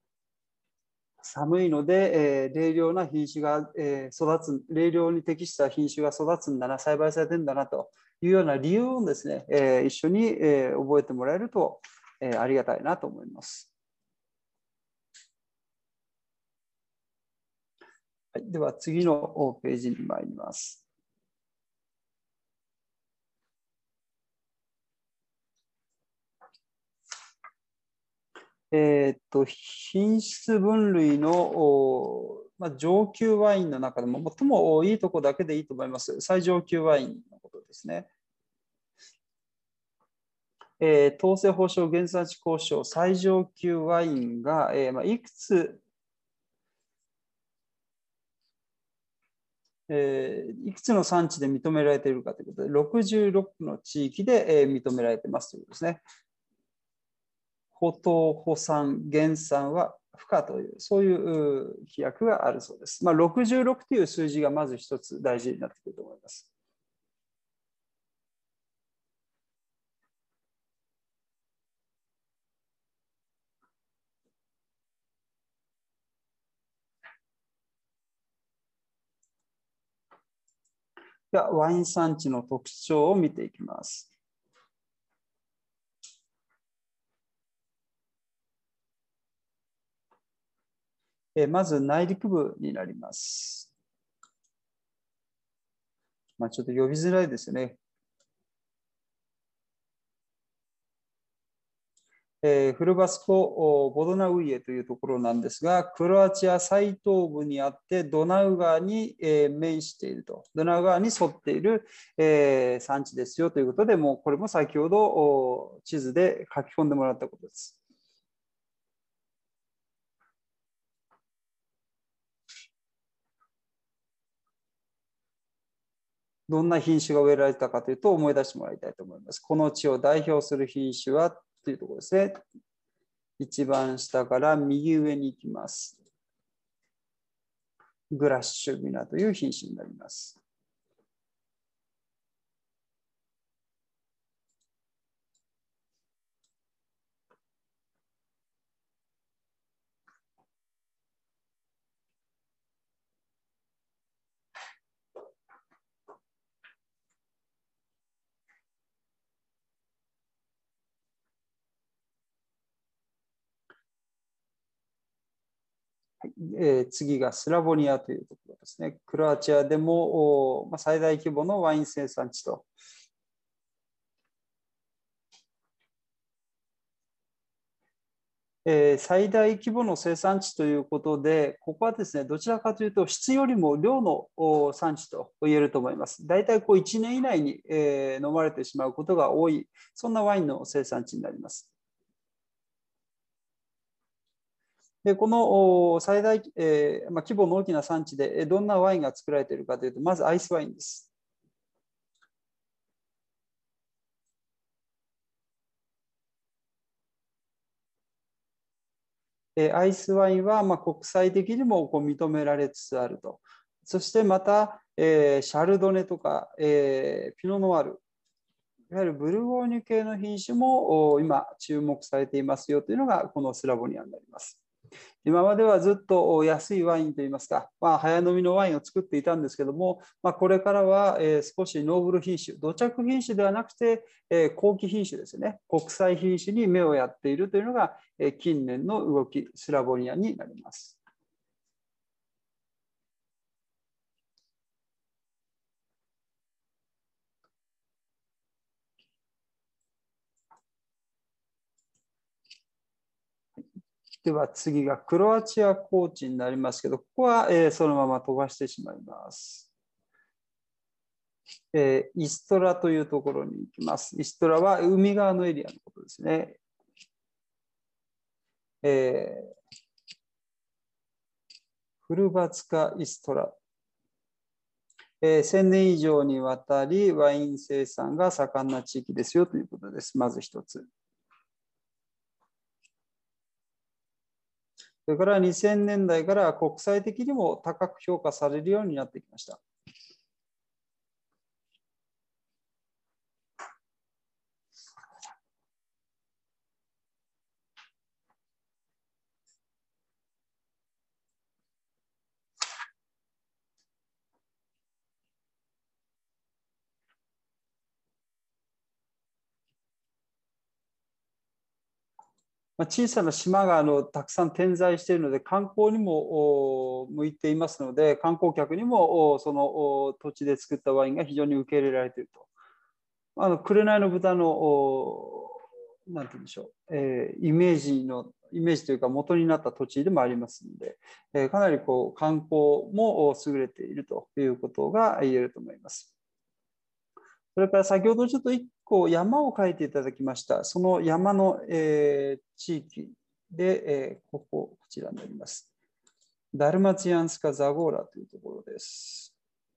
寒いので、えー、冷涼な品種が、えー、育つ、冷涼に適した品種が育つんだな、栽培されてるんだなというような理由をですね、えー、一緒に、えー、覚えてもらえると、えー、ありがたいなと思います。はい、では次のページに参ります。えー、っと品質分類の、まあ、上級ワインの中でも最もいいところだけでいいと思います。最上級ワインのことですね。えー、統制保証原産地交渉最上級ワインが、えーまあ、いくつ、えー、いくつの産地で認められているかということで、ろくじゅうろくの地域で、えー、認められていますということですね。保等保産原産は不可という、そういう規約があるそうです。まあ、ろくじゅうろくという数字がまず一つ大事になってくると思います。では、ワイン産地の特徴を見ていきます。えまず内陸部になります。まあ、ちょっと呼びづらいですよね。えー、フルバスコ・ボドナウイエというところなんですが、クロアチア最東部にあってドナウ川に、えー、面していると、ドナウ川に沿っている、えー、産地ですよということで、もうこれも先ほど地図で書き込んでもらったことです。どんな品種が植えられたかというと思い出してもらいたいと思います。この地を代表する品種はというところですね。一番下から右上に行きます。グラッシュビナという品種になります。はいえー、次がスラボニアというところですね。クロアチアでも、まあ、最大規模のワイン生産地と。えー、最大規模の生産地ということで、ここはですね、どちらかというと質よりも量の産地と言えると思います。大体こういちねん以内に、えー、飲まれてしまうことが多い、そんなワインの生産地になります。でこの最大、えーまあ、規模の大きな産地でどんなワインが作られているかというと、まずアイスワインです。アイスワインはまあ国際的にもこう認められつつあると。そしてまた、えー、シャルドネとか、えー、ピノノワール、 いわゆるブルゴーニュ系の品種も今注目されていますよというのがこのスラボニアになります。今まではずっと安いワインといいますか、まあ、早飲みのワインを作っていたんですけども、まあ、これからは少しノーブル品種、土着品種ではなくて高貴品種ですね、国際品種に目をやっているというのが近年の動き、スラボニアになります。では次がクロアチア高地になりますけど、ここはそのまま飛ばしてしまいます。イストラというところに行きます。イストラは海側のエリアのことですね。えー、フルバツカ・イストラ。えー、せんねん以上にわたりワイン生産が盛んな地域ですよということです。まず一つ。それからにせんねんだいから国際的にも高く評価されるようになってきました。小さな島があのたくさん点在しているので観光にも向いていますので、観光客にもその土地で作ったワインが非常に受け入れられていると。あの紅の豚のなんて言うんでしょう、えー、イメージのイメージというか元になった土地でもありますので、えー、かなりこう観光も優れているということが言えると思います。それから先ほどちょっといっこ山を描いていただきました。その山の、えー、地域で、えー、ここ、こちらになります。ダルマチアンスカ・ザゴーラというところです。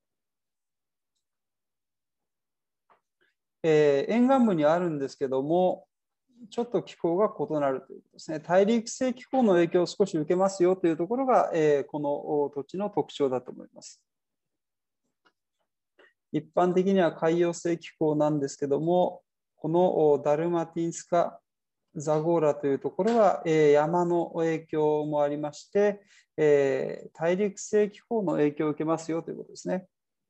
えー、沿岸部にあるんですけども、ちょっと気候が異なるということですね。大陸性気候の影響を少し受けますよというところが、えー、この土地の特徴だと思います。一般的には海洋性気候なんですけども、このダルマティンスカ・ザゴーラというところは、えー、山の影響もありまして、えー、大陸性気候の影響を受けますよということですね。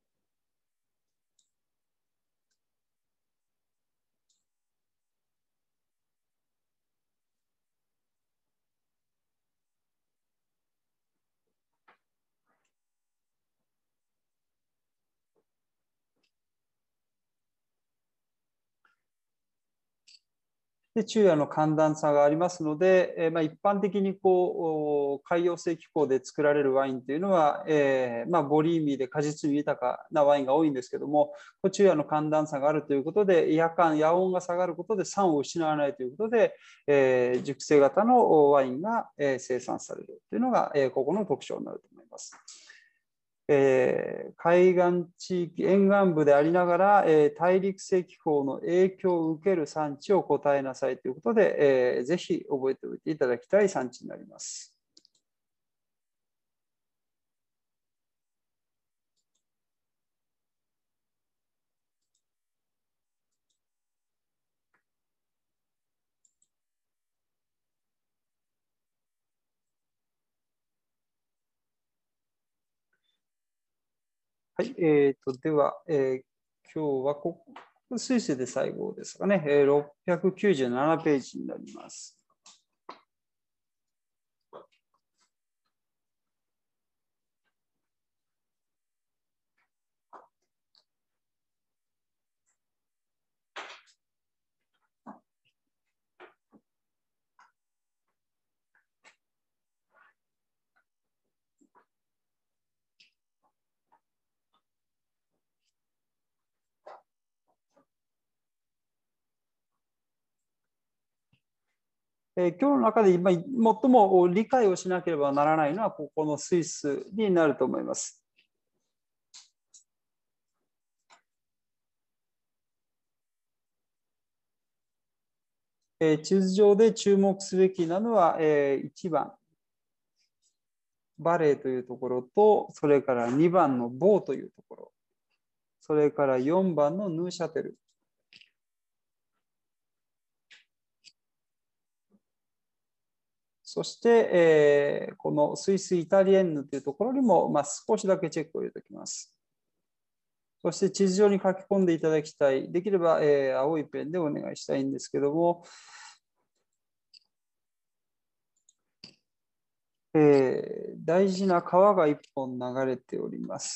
で昼夜の寒暖差がありますので、えーまあ、一般的にこう海洋性気候で作られるワインというのは、えーまあ、ボリューミーで果実味豊かなワインが多いんですけども、昼夜の寒暖差があるということで、夜間、夜温が下がることで酸を失わないということで、えー、熟成型のワインが、えー、生産されるというのが、えー、ここの特徴になると思います。えー、海岸地域沿岸部でありながら、えー、大陸性気候の影響を受ける産地を答えなさいということで、えー、ぜひ覚えておいていただきたい産地になります。はい、えーと、では、えー、今日はここスイスで最後ですかね、えー、ろっぴゃくきゅうじゅうななページになります。えー、今日の中で今最も理解をしなければならないのはここのスイスになると思います。えー、地図上で注目すべきなのは、えー、いちばんバレーというところと、それからにばんのボーというところ、それからよんばんのヌーシャテル、 そして、えー、このスイスイタリエンヌというところにも、まあ、少しだけチェックを入れておきます。そして地図上に書き込んでいただきたい。できれば、えー、青いペンでお願いしたいんですけども、えー、大事な川が一本流れております。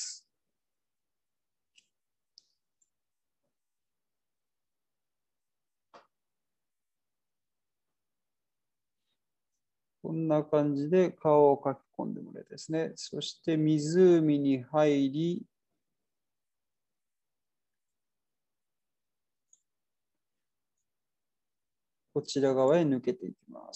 こんな感じで川を書き込んでもらいですね。そして湖に入り、こちら側へ抜けていきます。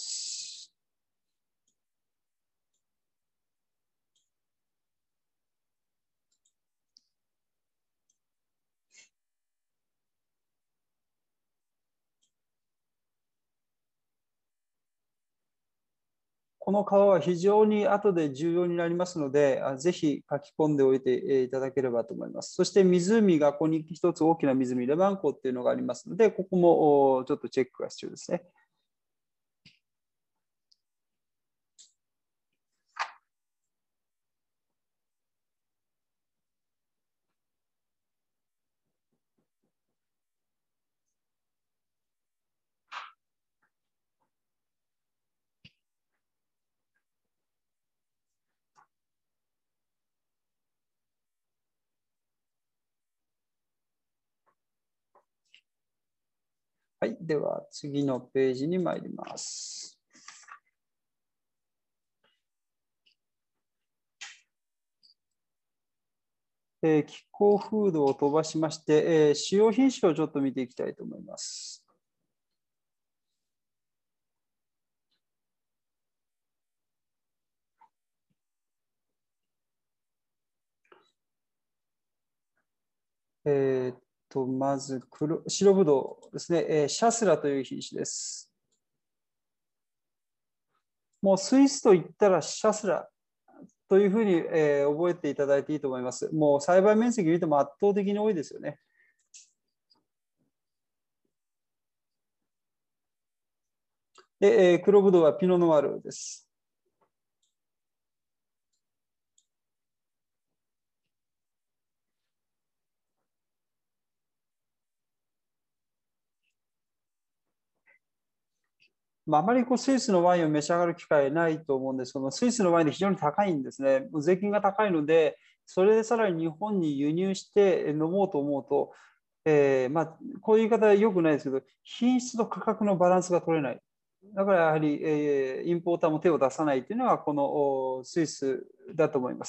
この川は非常に後で重要になりますので、ぜひ書き込んでおいていただければと思います。そして湖がここに一つ大きな湖、レバン湖っていうのがありますので、ここもちょっとチェックが必要ですね。はい、では次のページに参ります。えー、気候風土を飛ばしまして、えー、主要品種をちょっと見ていきたいと思います。えー、っとまず黒白ぶどうですね、えー、シャスラという品種です。もうスイスといったらシャスラというふうに、えー、覚えていただいていいと思います。もう栽培面積見ても圧倒的に多いですよね。で、えー、黒ぶどうはピノノワールです。まあ、あまりこうスイスのワインを召し上がる機会ないと思うんですけども、スイスのワインで非常に高いんですね。税金が高いので、それでさらに日本に輸入して飲もうと思うと、えーまあ、こういう言い方はよくないですけど、品質と価格のバランスが取れない。だからやはり、えー、インポーターも手を出さないというのがこのスイスだと思います。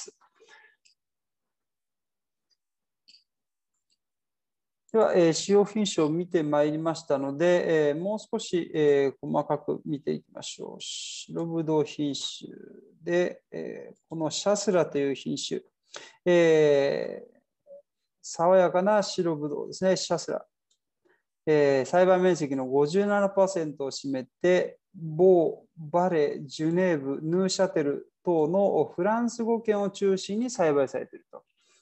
では、えー、使用品種を見てまいりましたので、えー、もう少し、えー、細かく見ていきましょう。白ぶどう品種で、えー、このシャスラという品種、えー、爽やかな白ぶどうですね、シャスラ。えー、栽培面積の ごじゅうななパーセント を占めて、ボー、バレ、ジュネーブ、ヌーシャテル等のフランス語圏を中心に栽培されていると。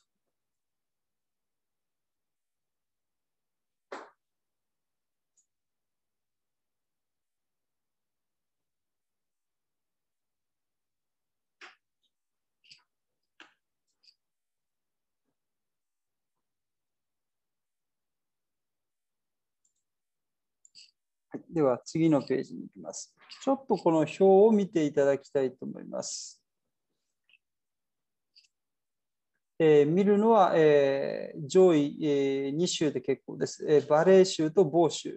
はい、では次のページに行きます。ちょっとこの表を見ていただきたいと思います。えー、見るのは、えー、上位、えー、に州で結構です。えー、バレー州とボー州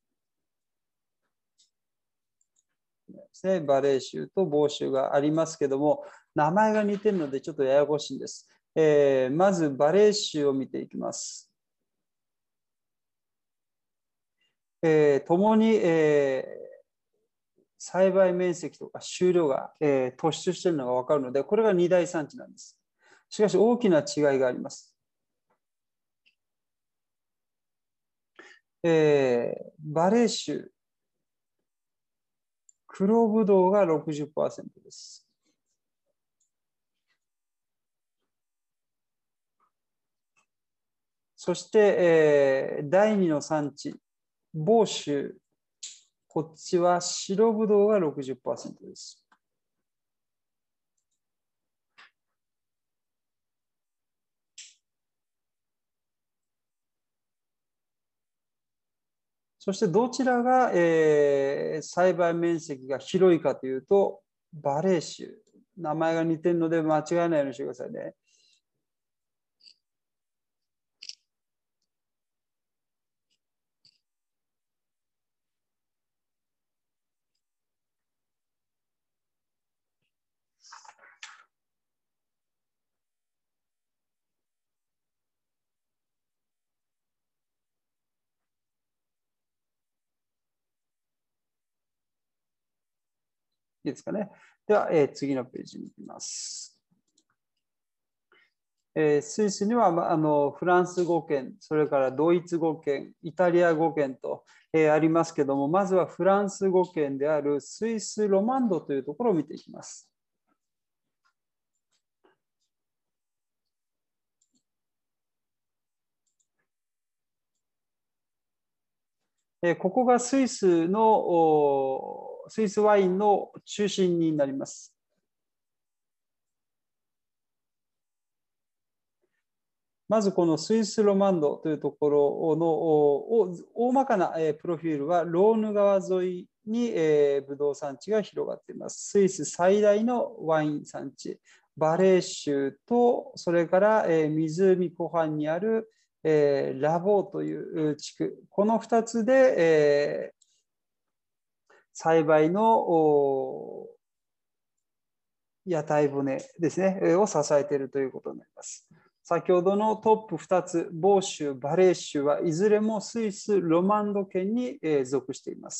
ですね。バレー州とボー州がありますけども、名前が似てるのでちょっとややこしいんです。えー、まずバレー州を見ていきます。えー、共に、えー、栽培面積とか収量が、えー、突出しているのが分かるので、これが二大産地なんです。しかし大きな違いがあります。えー、バレー州、黒ぶどうが ろくじゅっパーセント です。そして、えー、だいにの産地、房州、こっちは白ぶどうが ろくじゅっパーセント です。 そしてどちらが、えー、栽培面積が広いかというと、バレー州。名前が似てるので間違えないようにしてくださいね。いいですかね。では、えー、次のページに行きます。えー、スイスには、まあのフランス語圏、それからドイツ語圏、イタリア語圏と、えー、ありますけども、まずはフランス語圏であるスイス・ロマンドというところを見ていきます。えー、ここがスイスのスイスワインの中心になります。まずこのスイス・ロマンドというところの大まかなプロフィールはローヌ川沿いにブドウ産地が広がっています。スイス最大のワイン産地、バレー州とそれから湖湖畔にあるラボーという地区、このふたつで栽培の屋台骨ですね、を支えているということになります。先ほどのトップふたつ、ボー州、バレー州はいずれもスイス・ロマンド県に属しています。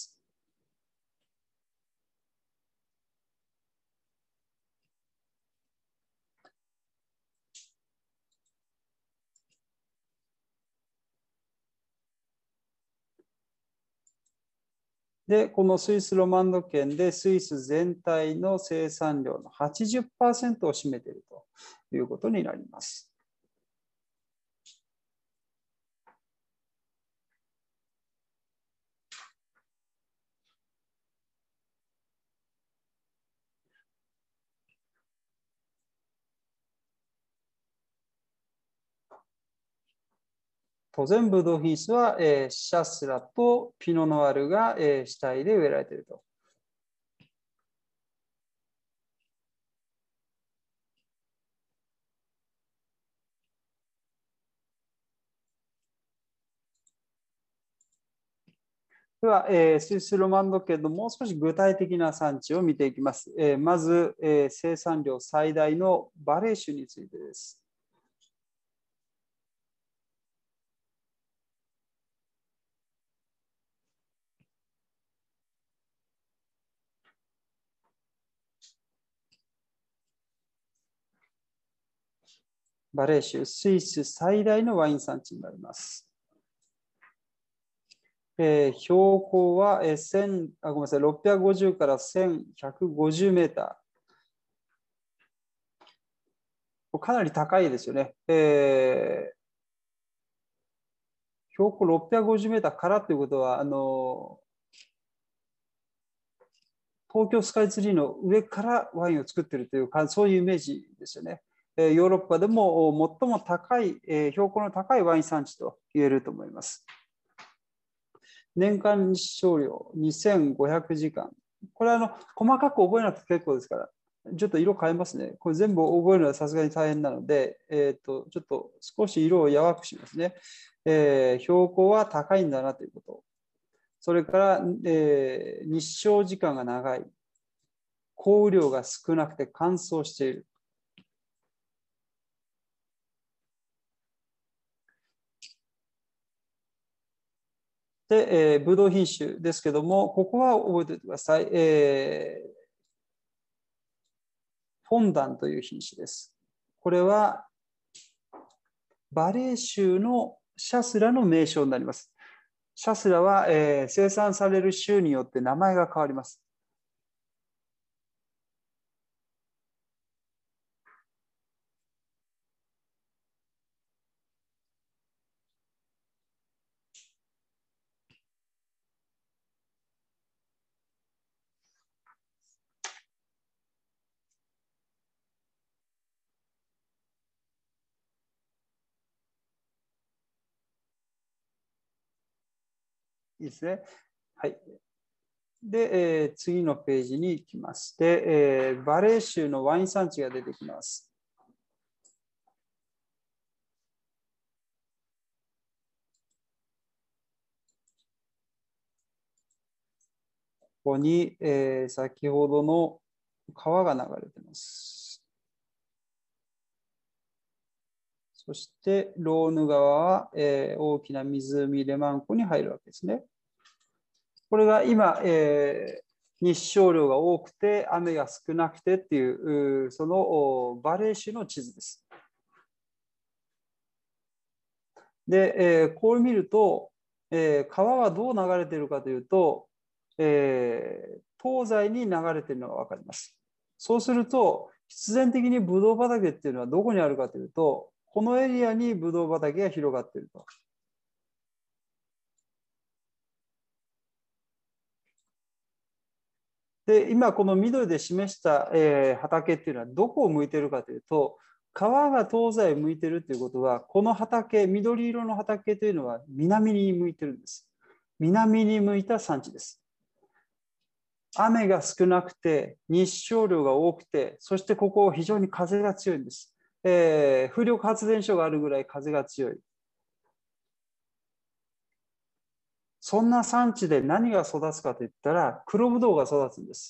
で、このスイス・ロマンド県でスイス全体の生産量の はちじゅっパーセント を占めているということになります。当然、ブドウ品種は、えー、シャスラとピノノワールが、えー、主体で植えられていると。では、えー、スイスロマンド県のもう少し具体的な産地を見ていきます。えー、まず、えー、生産量最大のバレー州についてです。バレー州、スイス最大のワイン産地になります。えー、標高は、えー、せんあごめんなさいろっぴゃくごじゅうからせんひゃくごじゅうメーター。かなり高いですよね。えー、標高ろっぴゃくごじゅうメーターからということは、あの東京スカイツリーの上からワインを作っているというか、そういうイメージですよね。ヨーロッパでも最も高い、標高の高いワイン産地と言えると思います。年間日照量にせんごひゃくじかん。これはあの細かく覚えなくて結構ですから、ちょっと色変えますね。これ全部覚えるのはさすがに大変なので、えーと、ちょっと少し色を柔らくしますね。えー、標高は高いんだなということ。それから、えー、日照時間が長い。降雨量が少なくて乾燥している。で、えー、ブドウ品種ですけども、ここは覚えておいてください。えー、フォンダンという品種です。これはバレー州のシャスラの名称になります。シャスラは、えー、生産される州によって名前が変わります。 いですね。はい。で、えー、次のページに行きまして、えー、バレー州のワイン産地が出てきます。ここに、えー、先ほどの川が流れています。そして、ローヌ川は、えー、大きな湖レマン湖に入るわけですね。これが今、えー、日照量が多くて、雨が少なくてっていう、そのバレー州の地図です。で、えー、こう見ると、えー、川はどう流れているかというと、えー、東西に流れているのが分かります。そうすると、必然的にブドウ畑っていうのはどこにあるかというと、このエリアにブドウ畑が広がっていると。で、今この緑で示した、えー、畑っていうのはどこを向いているかというと、川が東西を向いているということは、この畑、緑色の畑というのは南に向いているんです。南に向いた産地です。雨が少なくて、日照量が多くて、そしてここ非常に風が強いんです。えー、風力発電所があるぐらい風が強い。そんな産地で何が育つかといったら、黒ぶどうが育つんです。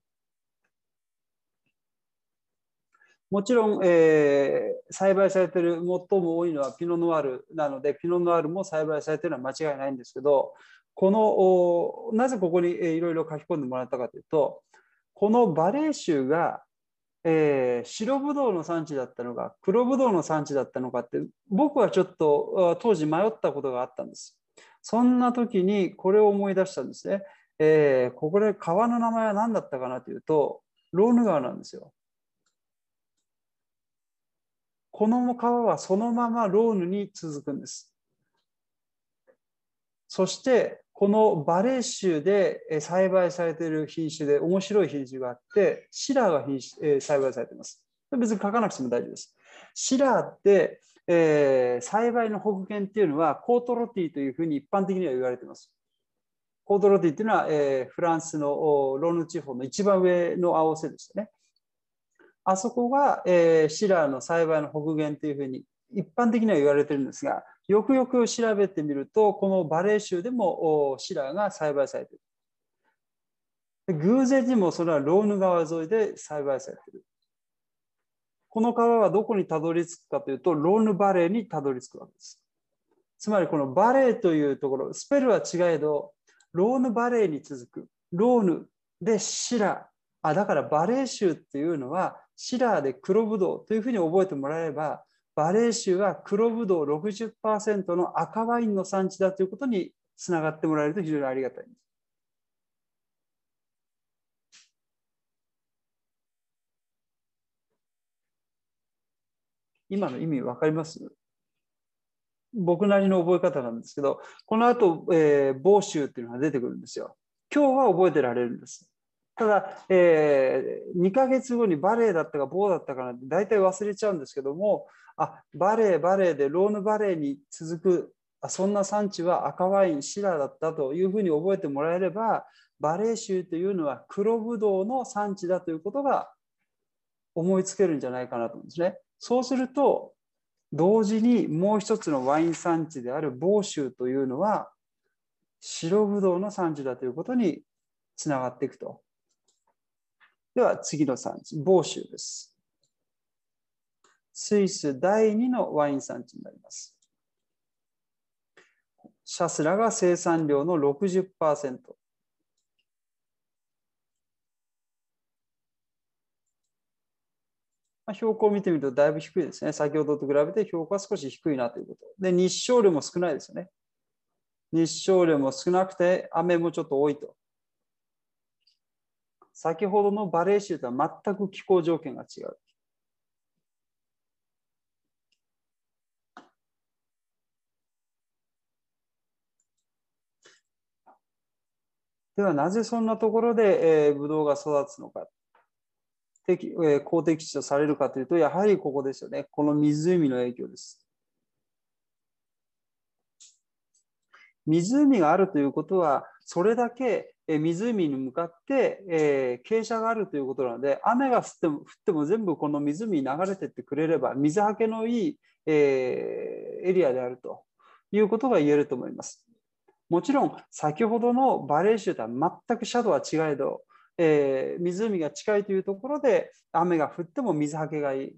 もちろん、えー、栽培されている最も多いのはピノノワールなので、ピノノワールも栽培されているのは間違いないんですけど、このなぜここにいろいろ書き込んでもらったかというと、このバレー州が、えー、白ぶどうの産地だったのか、黒ぶどうの産地だったのかって、僕はちょっと当時迷ったことがあったんです。そんな時にこれを思い出したんですね。えー、ここで川の名前は何だったかなというと、ローヌ川なんですよ。この川はそのままローヌに続くんです。そして、このバレー州で栽培されている品種で面白い品種があって、シラーが品種栽培されています。別に書かなくても大丈夫です。シラーって、えー、栽培の北限っていうのはコートロティというふうに一般的には言われています。コートロティっていうのは、えー、フランスのローヌ地方の一番上の青瀬ですね。あそこが、えー、シラーの栽培の北限というふうに一般的には言われているんですが、よくよく調べてみると、このバレー州でもシラーが栽培されている。偶然にもそれはローヌ川沿いで栽培されている。この川はどこにたどり着くかというと、ローヌバレーにたどり着くわけです。つまりこのバレーというところ、スペルは違えど、ローヌバレーに続く。ローヌでシラー。あ、だからバレー州っていうのは、シラーで黒ぶどうというふうに覚えてもらえれば、バレー州は黒ぶどう ろくじゅっパーセント の赤ワインの産地だということにつながってもらえると非常にありがたいです。今の意味わかります？僕なりの覚え方なんですけど、この後、えー、ボー州っていうのが出てくるんですよ。今日は覚えてられるんです。ただ、えー、にかげつごにバレエだったかボーだったかなんて大体忘れちゃうんですけども、あ、バレエ、バレエでローヌバレエに続く、あ、そんな産地は赤ワイン、シラーだったというふうに覚えてもらえれば、バレー州というのは黒ぶどうの産地だということが思いつけるんじゃないかなと思うんですね。そうすると、同時にもう一つのワイン産地であるボー州というのは白ぶどうの産地だということにつながっていくと。では次の産地、ボー州です。スイスだいにのワイン産地になります。シャスラが生産量の ろくじゅっパーセント。標高を見てみるとだいぶ低いですね。先ほどと比べて標高は少し低いなということ。で、日照量も少ないですよね。日照量も少なくて雨もちょっと多いと。先ほどのバレー州とは全く気候条件が違う。ではなぜそんなところで、えー、ブドウが育つのか。適えー、好適地とされるかというと、やはりここですよね。この湖の影響です。 湖があるということは、それだけ湖に向かって、えー、傾斜があるということなので、雨が降っても降っても全部この湖に流れてってくれれば、水はけのいい、えー、エリアであるということが言えると思います。もちろん、先ほどのバレー州とは全く斜度は違えど、えー、湖が近いというところで雨が降っても水はけがいい。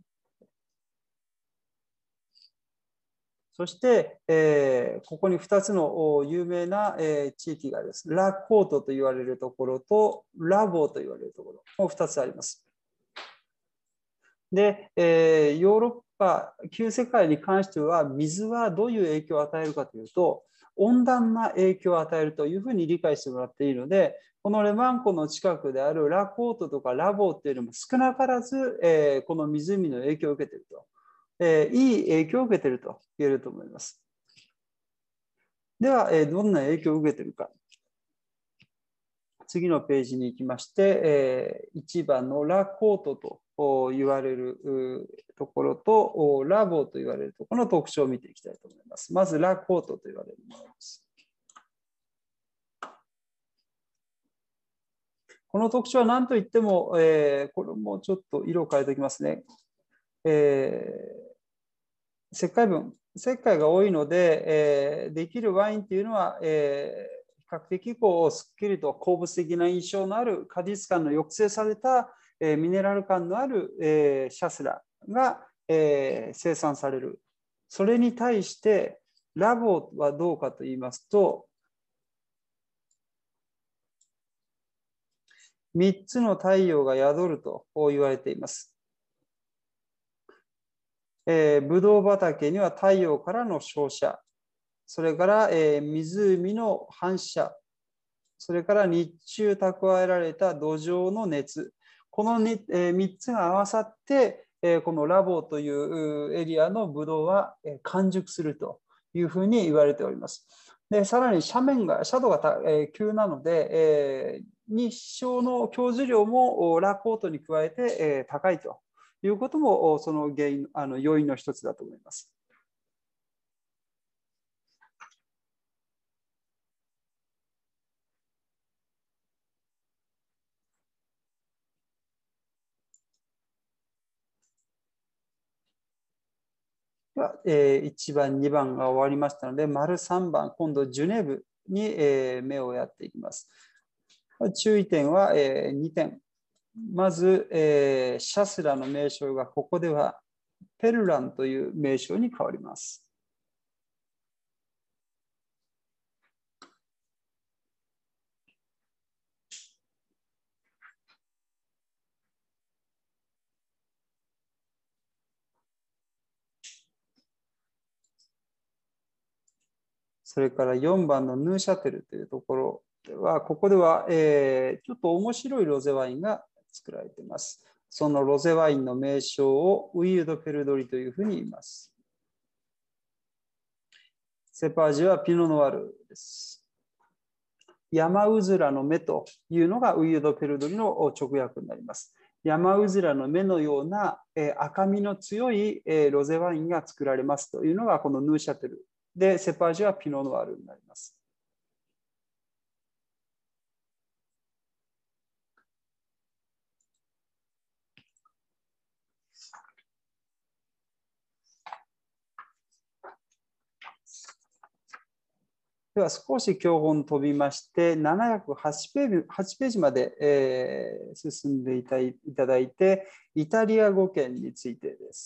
そして、えー、ここにふたつの有名な、えー、地域があります。ラコートと言われるところとラボーと言われるところもふたつあります。で、えー、ヨーロッパ、旧世界に関しては水はどういう影響を与えるかというと、温暖な影響を与えるというふうに理解してもらっていいので、このレマン湖の近くであるラコートとかラボーっていうのも少なからず、えー、この湖の影響を受けていると。えー、いい影響を受けていると言えると思います。では、えー、どんな影響を受けているか。次のページに行きまして、えー、いちばんのラコートと言われるところとラボと言われるところの特徴を見ていきたいと思います。まずラコートと言われるものです。この特徴は何といっても、えー、これもちょっと色を変えておきますね。えー、石灰分、石灰が多いので、えー、できるワインというのは、えー比較的こうすっきりと鉱物的な印象のある果実感の抑制された、えー、ミネラル感のある、えー、シャスラが、えー、生産される。それに対してラボはどうかと言いますと、みっつの太陽が宿ると言われています。えー、ブドウ畑には太陽からの照射、それから、えー、湖の反射、それから日中蓄えられた土壌の熱、このみっつが合わさって、このラボというエリアのブドウは完熟するというふうに言われております。でさらに斜面が、斜度が急なので、日照の供給量もラコートに加えて高いということも、その原因、あの要因の一つだと思います。では、えー、いちばん、にばんが終わりましたので、丸さんばん、今度ジュネーブに、えー、目をやっていきます。注意点は、えー、にてん。まず、えー、シャスラの名称がここではペルランという名称に変わります。それからよんばんのヌーシャテルというところでは、ここでは、えー、ちょっと面白いロゼワインが作られています。そのロゼワインの名称をウィード・ペルドリというふうに言います。セパージュはピノノワールです。山うずらの目というのがウィード・ペルドリの直訳になります。山うずらの目のような、えー、赤みの強い、えー、ロゼワインが作られますというのがこのヌーシャテルで、セパージュはピノノワールになります。では少し教本飛びましてななひゃくはちページ、はちページまで、えー、進んでいただいて、イタリア語圏についてです。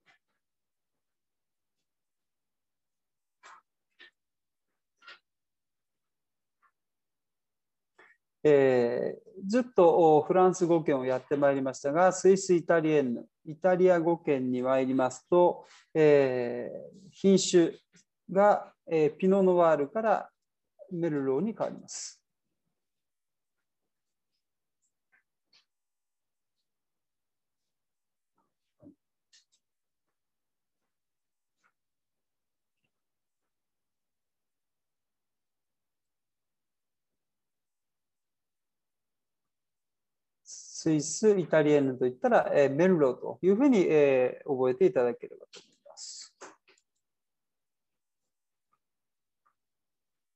えー、ずっとフランス語圏をやってまいりましたが、スイスイタリエンヌ、イタリア語圏に参りますと、えー、品種が、えー、ピノノワールからメルローに変わります。スイス、イタリエンヌといったら、えー、メルローというふうに、えー、覚えていただければと思います。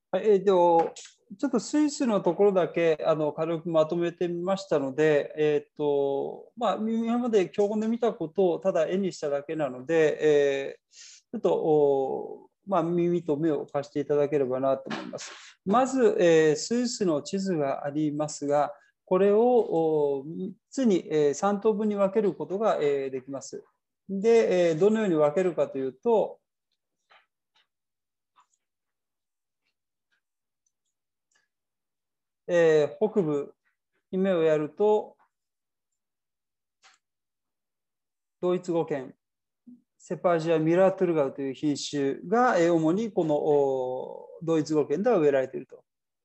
はい、えーと、ちょっとスイスのところだけあの軽くまとめてみましたので、えーとまあ、今まで教本で見たことをただ絵にしただけなので、えー、ちょっと、まあ、耳と目を貸していただければなと思います。まず、えー、スイスの地図がありますが、これをみっつに、えー、さん等分に分けることが、えー、できます。で、えー、どのように分けるかというと、えー、北部に目をやると、ドイツ語圏、セパジア・ミラートゥルガウという品種が主にこのドイツ語圏では植えられていると。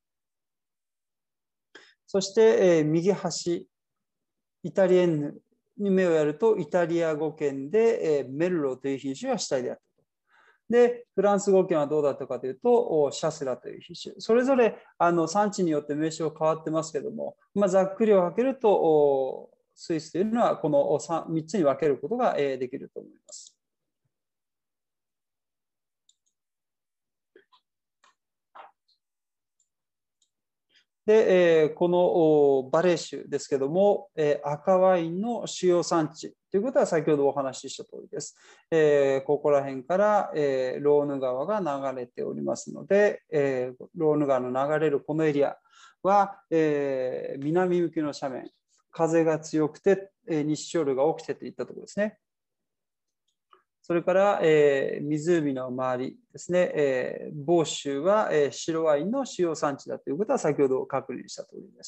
そして、えー、右端、イタリエンヌに目をやると、イタリア語圏で、えー、メルロという品種が主体であったと。で、フランス語圏はどうだったかというと、シャスラという品種。それぞれあの産地によって名称変わってますけども、まあ、ざっくりを分けると、スイスというのはこの 3, 3つに分けることができると思います。で、えー、このバレー州ですけども、えー、赤ワインの主要産地ということは先ほどお話しした通りです。えー、ここら辺から、えー、ローヌ川が流れておりますので、えー、ローヌ川の流れるこのエリアは、えー、南向きの斜面、風が強くて、えー、日照量が多くてといったところですね。それから、えー、湖の周りですね、えー、房州は、えー、白ワインの主要産地だということは先ほど確認した通りです。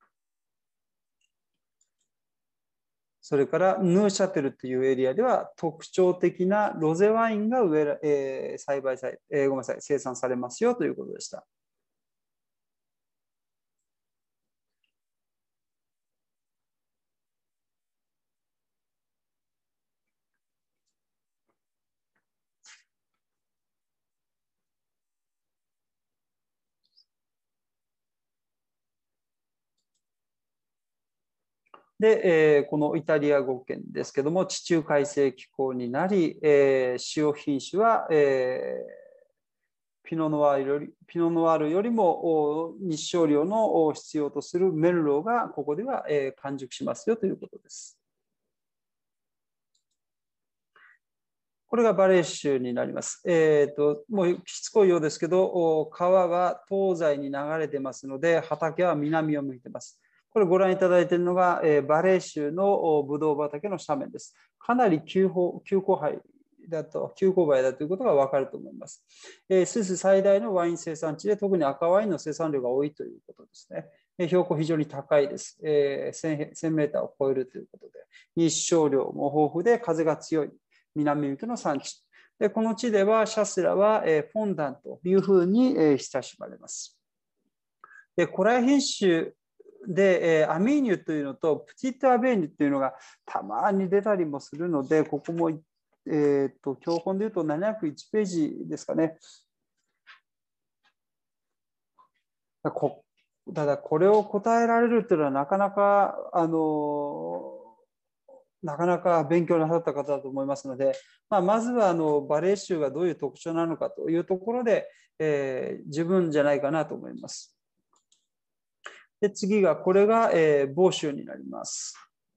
それからヌーシャテルというエリアでは特徴的なロゼワインが植え、えー、栽培され、えー、ごめんなさい、生産されますよということでした。で、えー、このイタリア語圏ですけども、地中海性気候になり、えー、主要品種は、えー、ピノノワールより、ピノノワールよりも日照量の必要とするメルローがここでは、えー、完熟しますよということです。これがバレー州になります。えーと、もうしつこいようですけど、川は東西に流れてますので、畑は南を向いています。これご覧いただいているのが、えー、バレー州のブドウ畑の斜面です。かなり急勾配だと、急勾配だということがわかると思います。えー、スイス最大のワイン生産地で、特に赤ワインの生産量が多いということですね。えー、標高非常に高いです。えー、せんメーターを超えるということで、日照量も豊富で風が強い。南向きの産地。でこの地ではシャスラは、えー、フォンダンというふうに、えー、親しまれます。で古来品種で、えー、アミーニュというのとプティットアベーニュというのがたまに出たりもするので、ここも、えー、と教本でいうとななひゃくいちページですかね。こただこれを答えられるというのはなかなかあのなかなか勉強なさった方だと思いますので、まあ、まずはあのバレエ州がどういう特徴なのかというところで、えー、十分じゃないかなと思います。で次がこれが、えー、房州になります。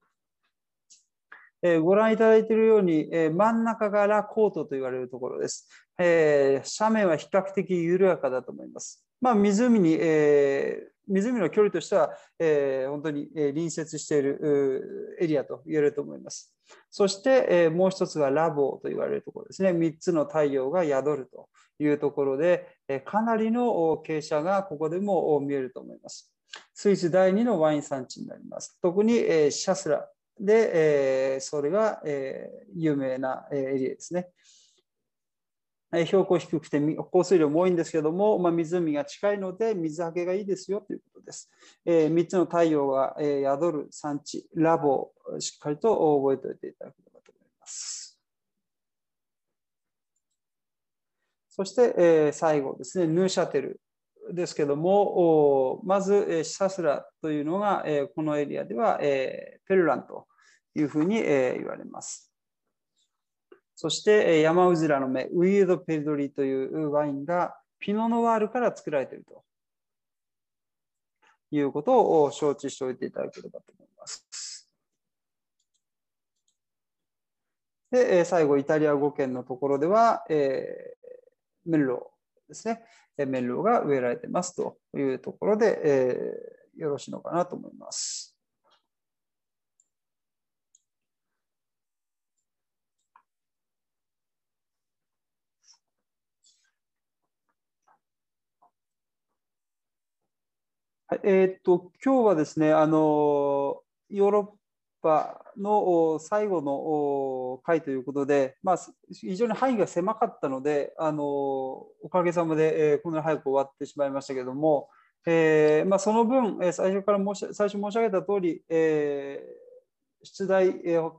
えー、ご覧いただいているように、えー、真ん中がラコートと言われるところです。えー、斜面は比較的緩やかだと思います。まあ、湖に、えー、湖の距離としては、えー、本当に隣接しているエリアと言えると思います。そして、えー、もう一つがラボーと言われるところですね。みっつの太陽が宿るというところで、えー、かなりの傾斜がここでも見えると思います。スイスだいにのワイン産地になります。特に、えー、シャスラで、えー、それが、えー、有名なエリアですね。標高低くて降水量も多いんですけども、まあ、湖が近いので水はけがいいですよということです。えー、みっつの太陽が、えー、宿る産地、ラボをしっかりと覚えておいていただければと思います。そして、えー、最後ですね、ヌーシャテルですけども、まずシャスラというのが、えー、このエリアでは、えー、ペルランというふうに、えー、言われます。そして山うずらの目、ウィードペルドリというワインがピノノワールから作られているということを承知しておいていただければと思います。で、最後、イタリア語圏のところでは、えー、メンローですね。メンローが植えられていますというところで、えー、よろしいのかなと思います。えー、っと今日はですね、あのヨーロッパの最後の回ということで、まあ、非常に範囲が狭かったので、あのおかげさまで、えー、こんなに早く終わってしまいましたけれども、えーまあ、その分、最初から申し最初申し上げた通り、えー、出題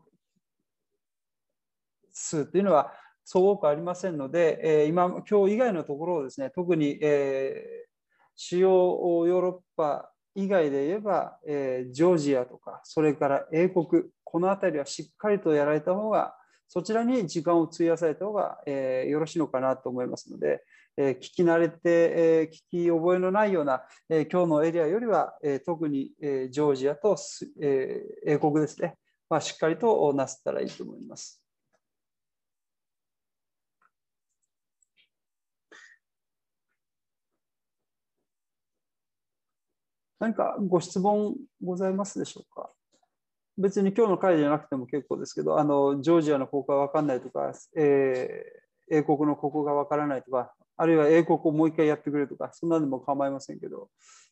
数というのはそう多くありませんので、えー、今、今日以外のところをですね、特に、えー主要ヨーロッパ以外で言えば、えー、ジョージアとか、それから英国、この辺りはしっかりとやられた方が、そちらに時間を費やされた方が、えー、よろしいのかなと思いますので、えー、聞き慣れて、えー、聞き覚えのないような、えー、今日のエリアよりは、えー、特に、えー、ジョージアと、えー、英国ですね、まあ、しっかりとなすったらいいと思います。何かご質問ございますでしょうか。別に今日の会じゃなくても結構ですけど、あのジョージアのここが分かんないとか、えー、英国のここが分からないとか、あるいは英国をもう一回やってくれとか、そんなのも構いませんけど、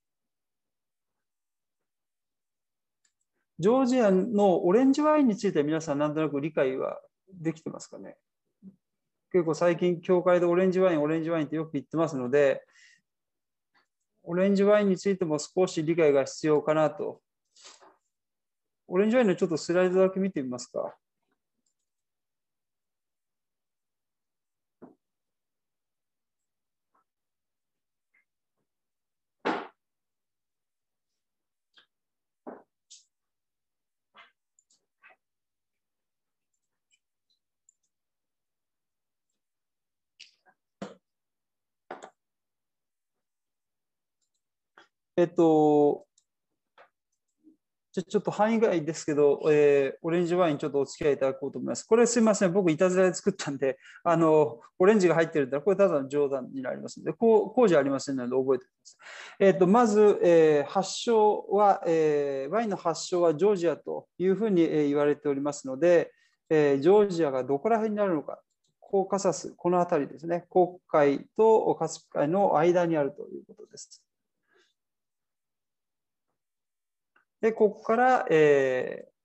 ジョージアのオレンジワインについては皆さんなんとなく理解はできてますかね。結構最近、教会でオレンジワイン、オレンジワインってよく言ってますので、オレンジワインについても少し理解が必要かなと。オレンジワインのちょっとスライドだけ見てみますか。えっと、じゃちょっと範囲外ですけど、えー、オレンジワインちょっとお付き合いいただこうと思います。これすみません、僕いたずらで作ったんで、あの、オレンジが入ってるんだら、これただの冗談になりますので、こう、こうじゃありませんので覚えてください。えっと、まず、えー、発祥は、えー、ワインの発祥はジョージアというふうに言われておりますので、えー、ジョージアがどこら辺になるのか、コーカサス、この辺りですね、黒海とカスピ海の間にあるということです。で、ここから、えー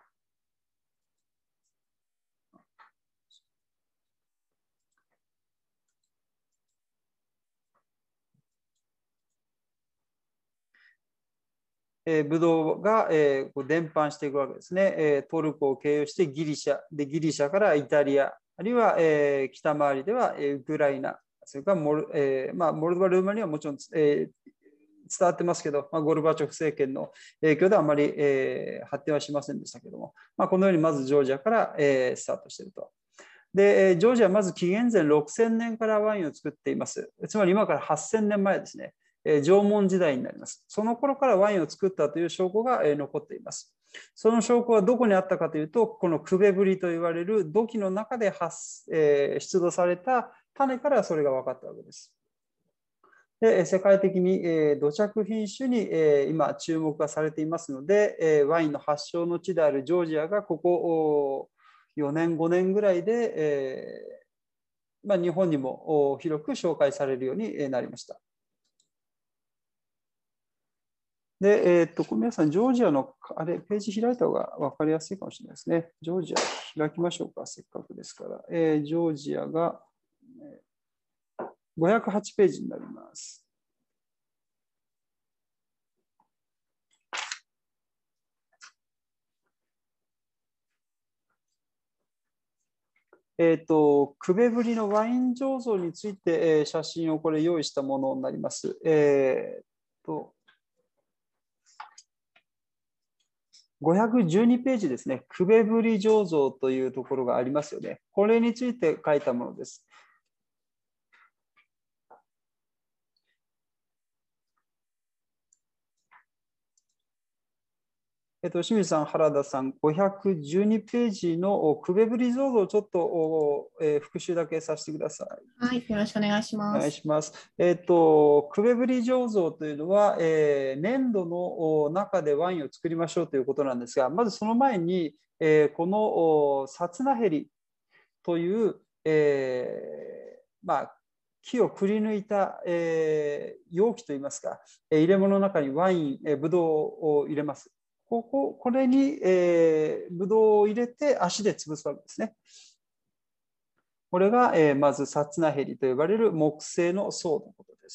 えー、ブドウが、えー、こう伝播していくわけですね、えー。トルコを経由してギリシャ、でギリシャからイタリア、あるいは、えー、北回りでは、えー、ウクライナ、それからモル、えーまあ、モルドバ、ルーマニアはもちろん、えー、伝わってますけど、まあ、ゴルバチョフ政権の影響であまり、えー、発展はしませんでしたけども、まあ、このようにまずジョージアから、えー、スタートしていると。で、ジョージアはまず紀元前ろくせんねんからワインを作っています。つまり今からはっせんねんまえですね。縄文時代になります。その頃からワインを作ったという証拠が残っています。その証拠はどこにあったかというと、このクベブリと言われる土器の中で発、えー、出土された種からそれが分かったわけです。で世界的に、えー、土着品種に、えー、今注目がされていますので、えー、ワインの発祥の地であるジョージアがここよねんごねんぐらいで、えーまあ、日本にも広く紹介されるようになりました。で、えー、っと、皆さん、ジョージアのあれページ開いた方が分かりやすいかもしれないですね。ジョージア開きましょうか、せっかくですから。えー、ジョージアがごひゃくはちページになります。えーと、クベブリのワイン醸造について、えー、写真をこれ用意したものになります。えーと、ごひゃくじゅうにページですね。クベブリ醸造というところがありますよね。これについて書いたものです。 えっと、清水さん、原田さん、ごひゃくじゅうにページのクベブリ像像をちょっと、えー復習だけさせてください。 はい、よろしくお願いしおます。 願いします。えっと、クベブリ醸造というのは、えー粘土の中でワインを作りましょうということなんですが、まずその前に、えーこのサツナヘリという、えーまあ、木をくり抜いた、えー容器といいますか、入れ物の中にワイン、えー、ブドウを入れます。こここれに、えー、ブドウを入れて足で潰すわけですね。これが、えー、まずサツナヘリと呼ばれる木製の層のことです。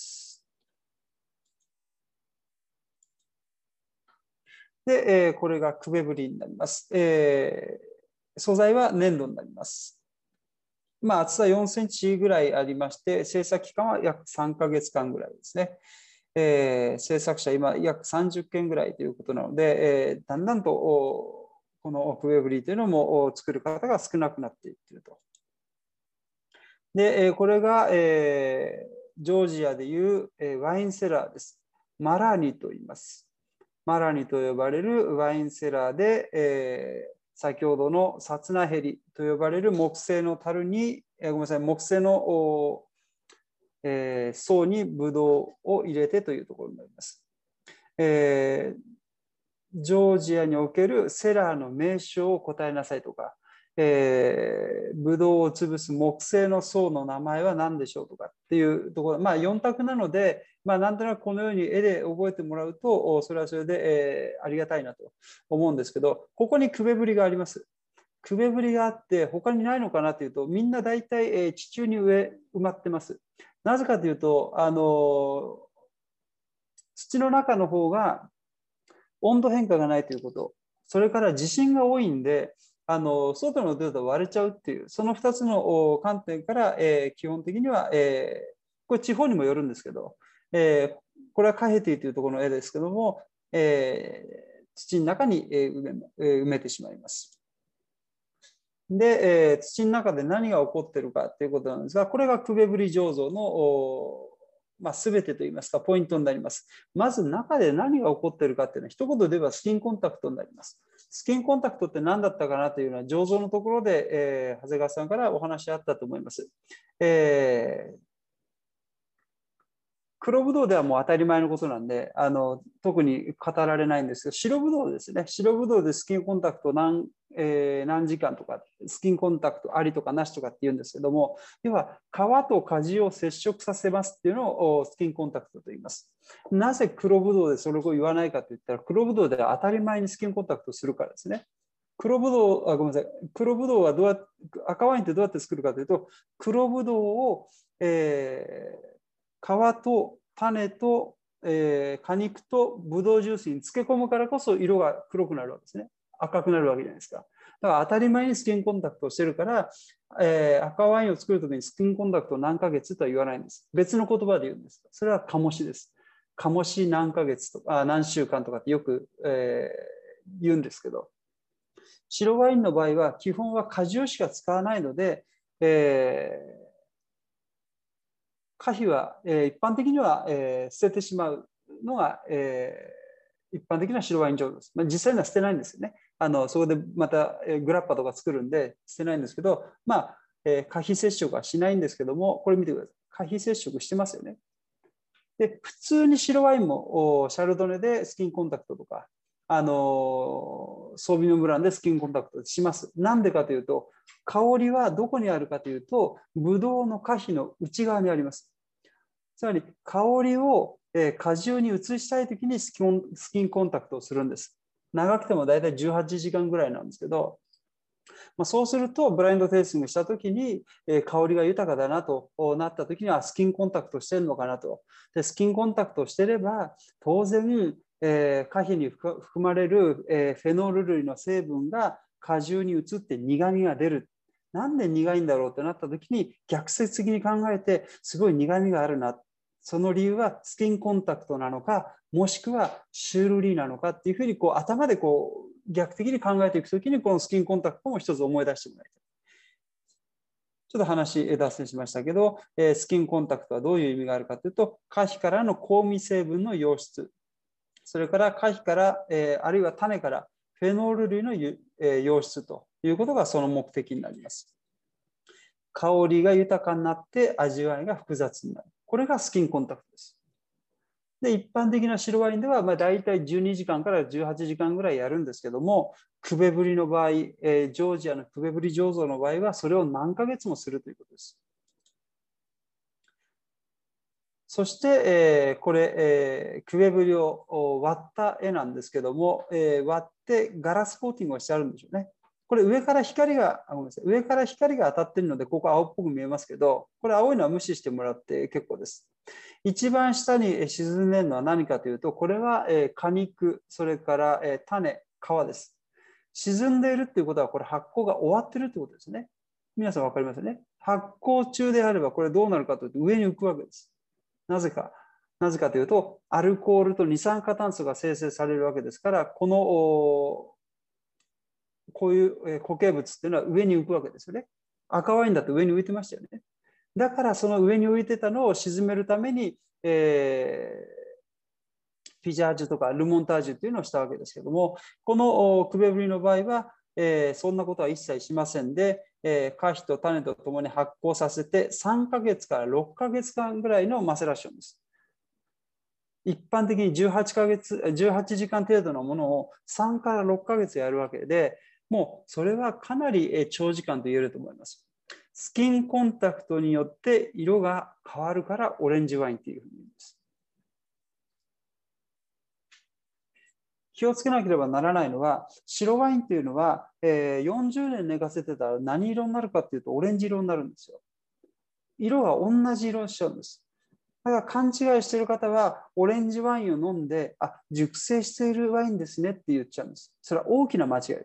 で、えー、これがクベブリになります。えー、素材は粘土になります。まあ、厚さよんセンチぐらいありまして、制作期間は約さんかげつかんぐらいですね。えー、制作者、今、約さんじゅっけんぐらいということなので、えー、だんだんとこのクベブリというのも作る方が少なくなっていっていると。で、これが、えー、ジョージアでいうワインセラーです。マラニと言います。マラニと呼ばれるワインセラーで、えー、先ほどのサツナヘリと呼ばれる木製の樽に、えー、ごめんなさい、木製の、えー、層にブドウを入れてというところになります。えー、ジョージアにおけるセラーの名称を答えなさいとか、えー、ブドウを潰す木製の層の名前は何でしょうとかっていうところ、まあ、よん択なので、まあ、なんとなくこのように絵で覚えてもらうと、それはそれで、えー、ありがたいなと思うんですけど、ここにクベブリがあります。クベブリがあって、他にないのかなというと、みんな大体、えー、地中に上埋まってます。なぜかというと、あの土の中の方が温度変化がないということ、それから地震が多いんで、あの外のルートが割れちゃうっていう、そのふたつの観点から、えー、基本的には、えー、これ地方にもよるんですけど、えー、これはカヘティというところの絵ですけども、えー、土の中に埋め、埋めてしまいます。で、えー、土の中で何が起こっているかということなんですが、これがクベブリ醸造のまあ、全てといいますか、ポイントになります。まず中で何が起こっているかっていうのは、一言で言えばスキンコンタクトになります。スキンコンタクトって何だったかなというのは、醸造のところで、えー、長谷川さんからお話あったと思います。えー黒ぶどうではもう当たり前のことなんで、あの特に語られないんですけど、白ぶどうですね。白ぶどうでスキンコンタクト何、えー、何時間とか、スキンコンタクトありとかなしとかって言うんですけども、要は皮と果汁を接触させますっていうのをスキンコンタクトと言います。なぜ黒ぶどうでそれを言わないかといったら、黒ぶどうでは当たり前にスキンコンタクトするからですね。黒ぶどう、あ、ごめんなさい。黒ぶどうはどうやって、赤ワインってどうやって作るかというと、黒ぶどうを、えー皮と種と、えー、果肉とブドウジュースに漬け込むからこそ色が黒くなるわけですね。赤くなるわけじゃないですか。だから当たり前にスキンコンタクトをしてるから、えー、赤ワインを作るときにスキンコンタクト何ヶ月とは言わないんです。別の言葉で言うんです。それは醸しです。醸し何ヶ月とか、何週間とかってよく、えー、言うんですけど、白ワインの場合は基本は果汁しか使わないので、えー果皮は、えー、一般的には、えー、捨ててしまうのが、えー、一般的な白ワイン醸造です。まあ、実際には捨てないんですよね。あのそこでまた、えー、グラッパとか作るんで捨てないんですけど、まあえー、果皮接触はしないんですけども、これ見てください。果皮接触してますよね。で、普通に白ワインもシャルドネでスキンコンタクトとか、あのソービニョンブランでスキンコンタクトします。なんでかというと、香りはどこにあるかというと、ブドウの果皮の内側にあります。つまり香りを果汁に移したいときにスキン、スキンコンタクトをするんです。長くてもだいたいじゅうはちじかんぐらいなんですけど、まあ、そうするとブラインドテイスティングしたときに香りが豊かだなとなったときにはスキンコンタクトしてるのかなと。でスキンコンタクトしてれば当然、えー、果皮に含まれる、えー、フェノール類の成分が果汁に移って苦みが出る。なんで苦いんだろうってなった時に逆説的に考えてすごい苦みがあるな。その理由はスキンコンタクトなのかもしくはシュールリーなのかっていうふうにこう頭でこう逆的に考えていくときにこのスキンコンタクトも一つ思い出してもらいたい。ちょっと話脱線しましたけど、スキンコンタクトはどういう意味があるかというと、果皮からの香味成分の溶出、それから果皮から、あるいは種からフェノール類の溶出ということがその目的になります。香りが豊かになって味わいが複雑になる。これがスキンコンタクトです。で、一般的な白ワインでは、まあ、大体じゅうにじかんからじゅうはちじかんぐらいやるんですけども、クベブリの場合、えー、ジョージアのクベブリ醸造の場合は、それを何ヶ月もするということです。そして、えー、これ、えー、クベブリを割った絵なんですけども、えー、割ってガラスコーティングをしてあるんでしょうね。これ上から光が、ごめんなさい、上から光が当たっているので、ここ青っぽく見えますけど、これ青いのは無視してもらって結構です。一番下に沈んでいるのは何かというと、これは果肉、それから種、皮です。沈んでいるということは、これ発酵が終わっているということですね。皆さん分かりますね。発酵中であれば、これどうなるかというと、上に浮くわけです。なぜか。なぜかというと、アルコールと二酸化炭素が生成されるわけですから、このこういう固形物っていうのは上に浮くわけですよね。赤ワインだと上に浮いてましたよね。だからその上に浮いてたのを沈めるために、えー、ピジャージュとかルモンタージュっていうのをしたわけですけども、このクベブリの場合は、えー、そんなことは一切しませんで、えー、果皮と種とともに発酵させてさんかげつからろっかげつかんぐらいのマセラションです。一般的にじゅうはちかげつ、じゅうはちじかん程度のものをさんからろっかげつやるわけで、もうそれはかなり長時間と言えると思います。スキンコンタクトによって色が変わるからオレンジワインというふうに言うんです。気をつけなければならないのは、白ワインというのはよんじゅうねん寝かせてたら何色になるかというとオレンジ色になるんですよ。色が同じ色にしちゃうんです。だから勘違いしている方はオレンジワインを飲んで、あ、熟成しているワインですねって言っちゃうんです。それは大きな間違い。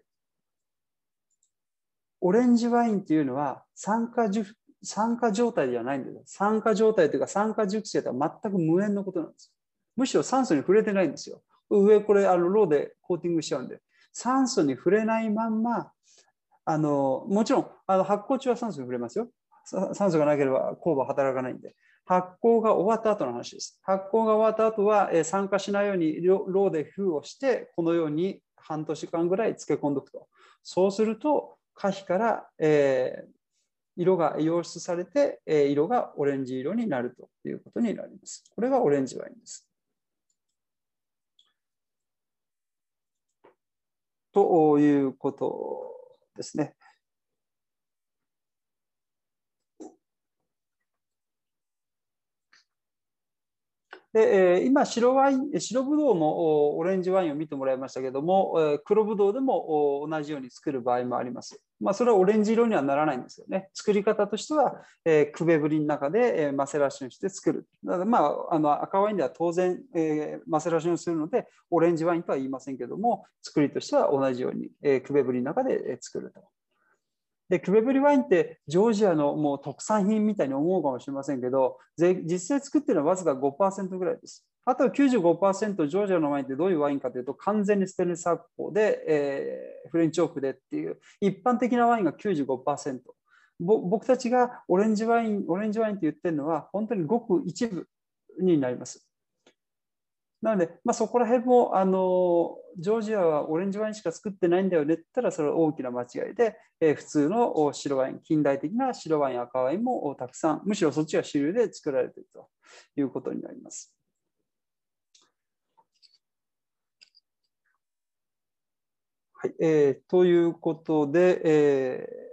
オレンジワインというのは酸化熟酸化状態ではないんです。酸化状態というか酸化熟成とは全く無縁のことなんです。むしろ酸素に触れてないんですよ。上これあのローでコーティングしちゃうんで、酸素に触れないまんま、あのもちろんあの発酵中は酸素に触れますよ。酸素がなければ酵母は働かないんで。発酵が終わった後の話です。発酵が終わった後は、えー、酸化しないようにローで封をして、このように半年間ぐらい漬け込んでおくと。そうすると、果皮から、えー、色が溶出されて、えー、色がオレンジ色になるということになります。これがオレンジワインです。ということですね。で今、白ワイン、白ぶどうのオレンジワインを見てもらいましたけども、黒ぶどうでも同じように作る場合もあります。まあ、それはオレンジ色にはならないんですよね。作り方としては、えー、クベブリの中で、えー、マセラションして作る。だからまあ、あの赤ワインでは当然、えー、マセラションするので、オレンジワインとは言いませんけども、作りとしては同じように、えー、クベブリの中で作ると。で、クベブリワインってジョージアのもう特産品みたいに思うかもしれませんけど、実際作ってるのはわずか ごパーセント ぐらいです。あと きゅうじゅうごパーセント ジョージアのワインってどういうワインかというと、完全にステンレス発酵で、えー、フレンチオークでっていう一般的なワインが きゅうじゅうごパーセント。僕たちがオレンジワイン、オレンジワインって言ってるのは本当にごく一部になります。なので、まあ、そこら辺もあのジョージアはオレンジワインしか作ってないんだよねって言ったらそれは大きな間違いで、えー、普通の白ワイン、近代的な白ワイン、赤ワインもたくさん、むしろそっちが主流で作られているということになります。はい、えー、ということで、えー、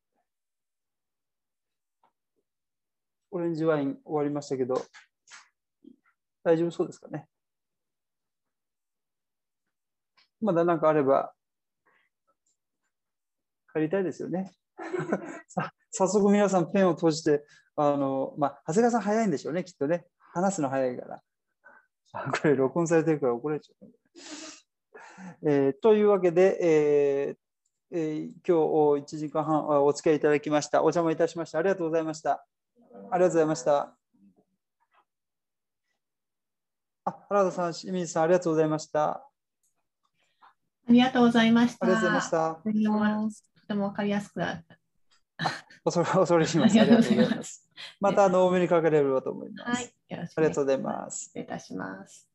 オレンジワイン終わりましたけど、大丈夫そうですかね。まだ何かあれば帰りたいですよね。さ早速皆さんペンを閉じて、あの、まあ、長谷川さん早いんでしょうね、きっとね。話すの早いから。これ録音されてるから怒られちゃう。えー、というわけで、えーえー、今日いちじかんはんお付き合いいただきました。お邪魔いたしました。ありがとうございました。ありがとうございました。あ、原田さん、清水さん、ありがとうございました。 ありがとうございました。 ありがとうございました。 とてもわかりやすくなった。 恐れ恐れします。ありがとうございます。またあのお目にかかれればと思います。 はい、よろしくありがとうございます。 失礼いたします。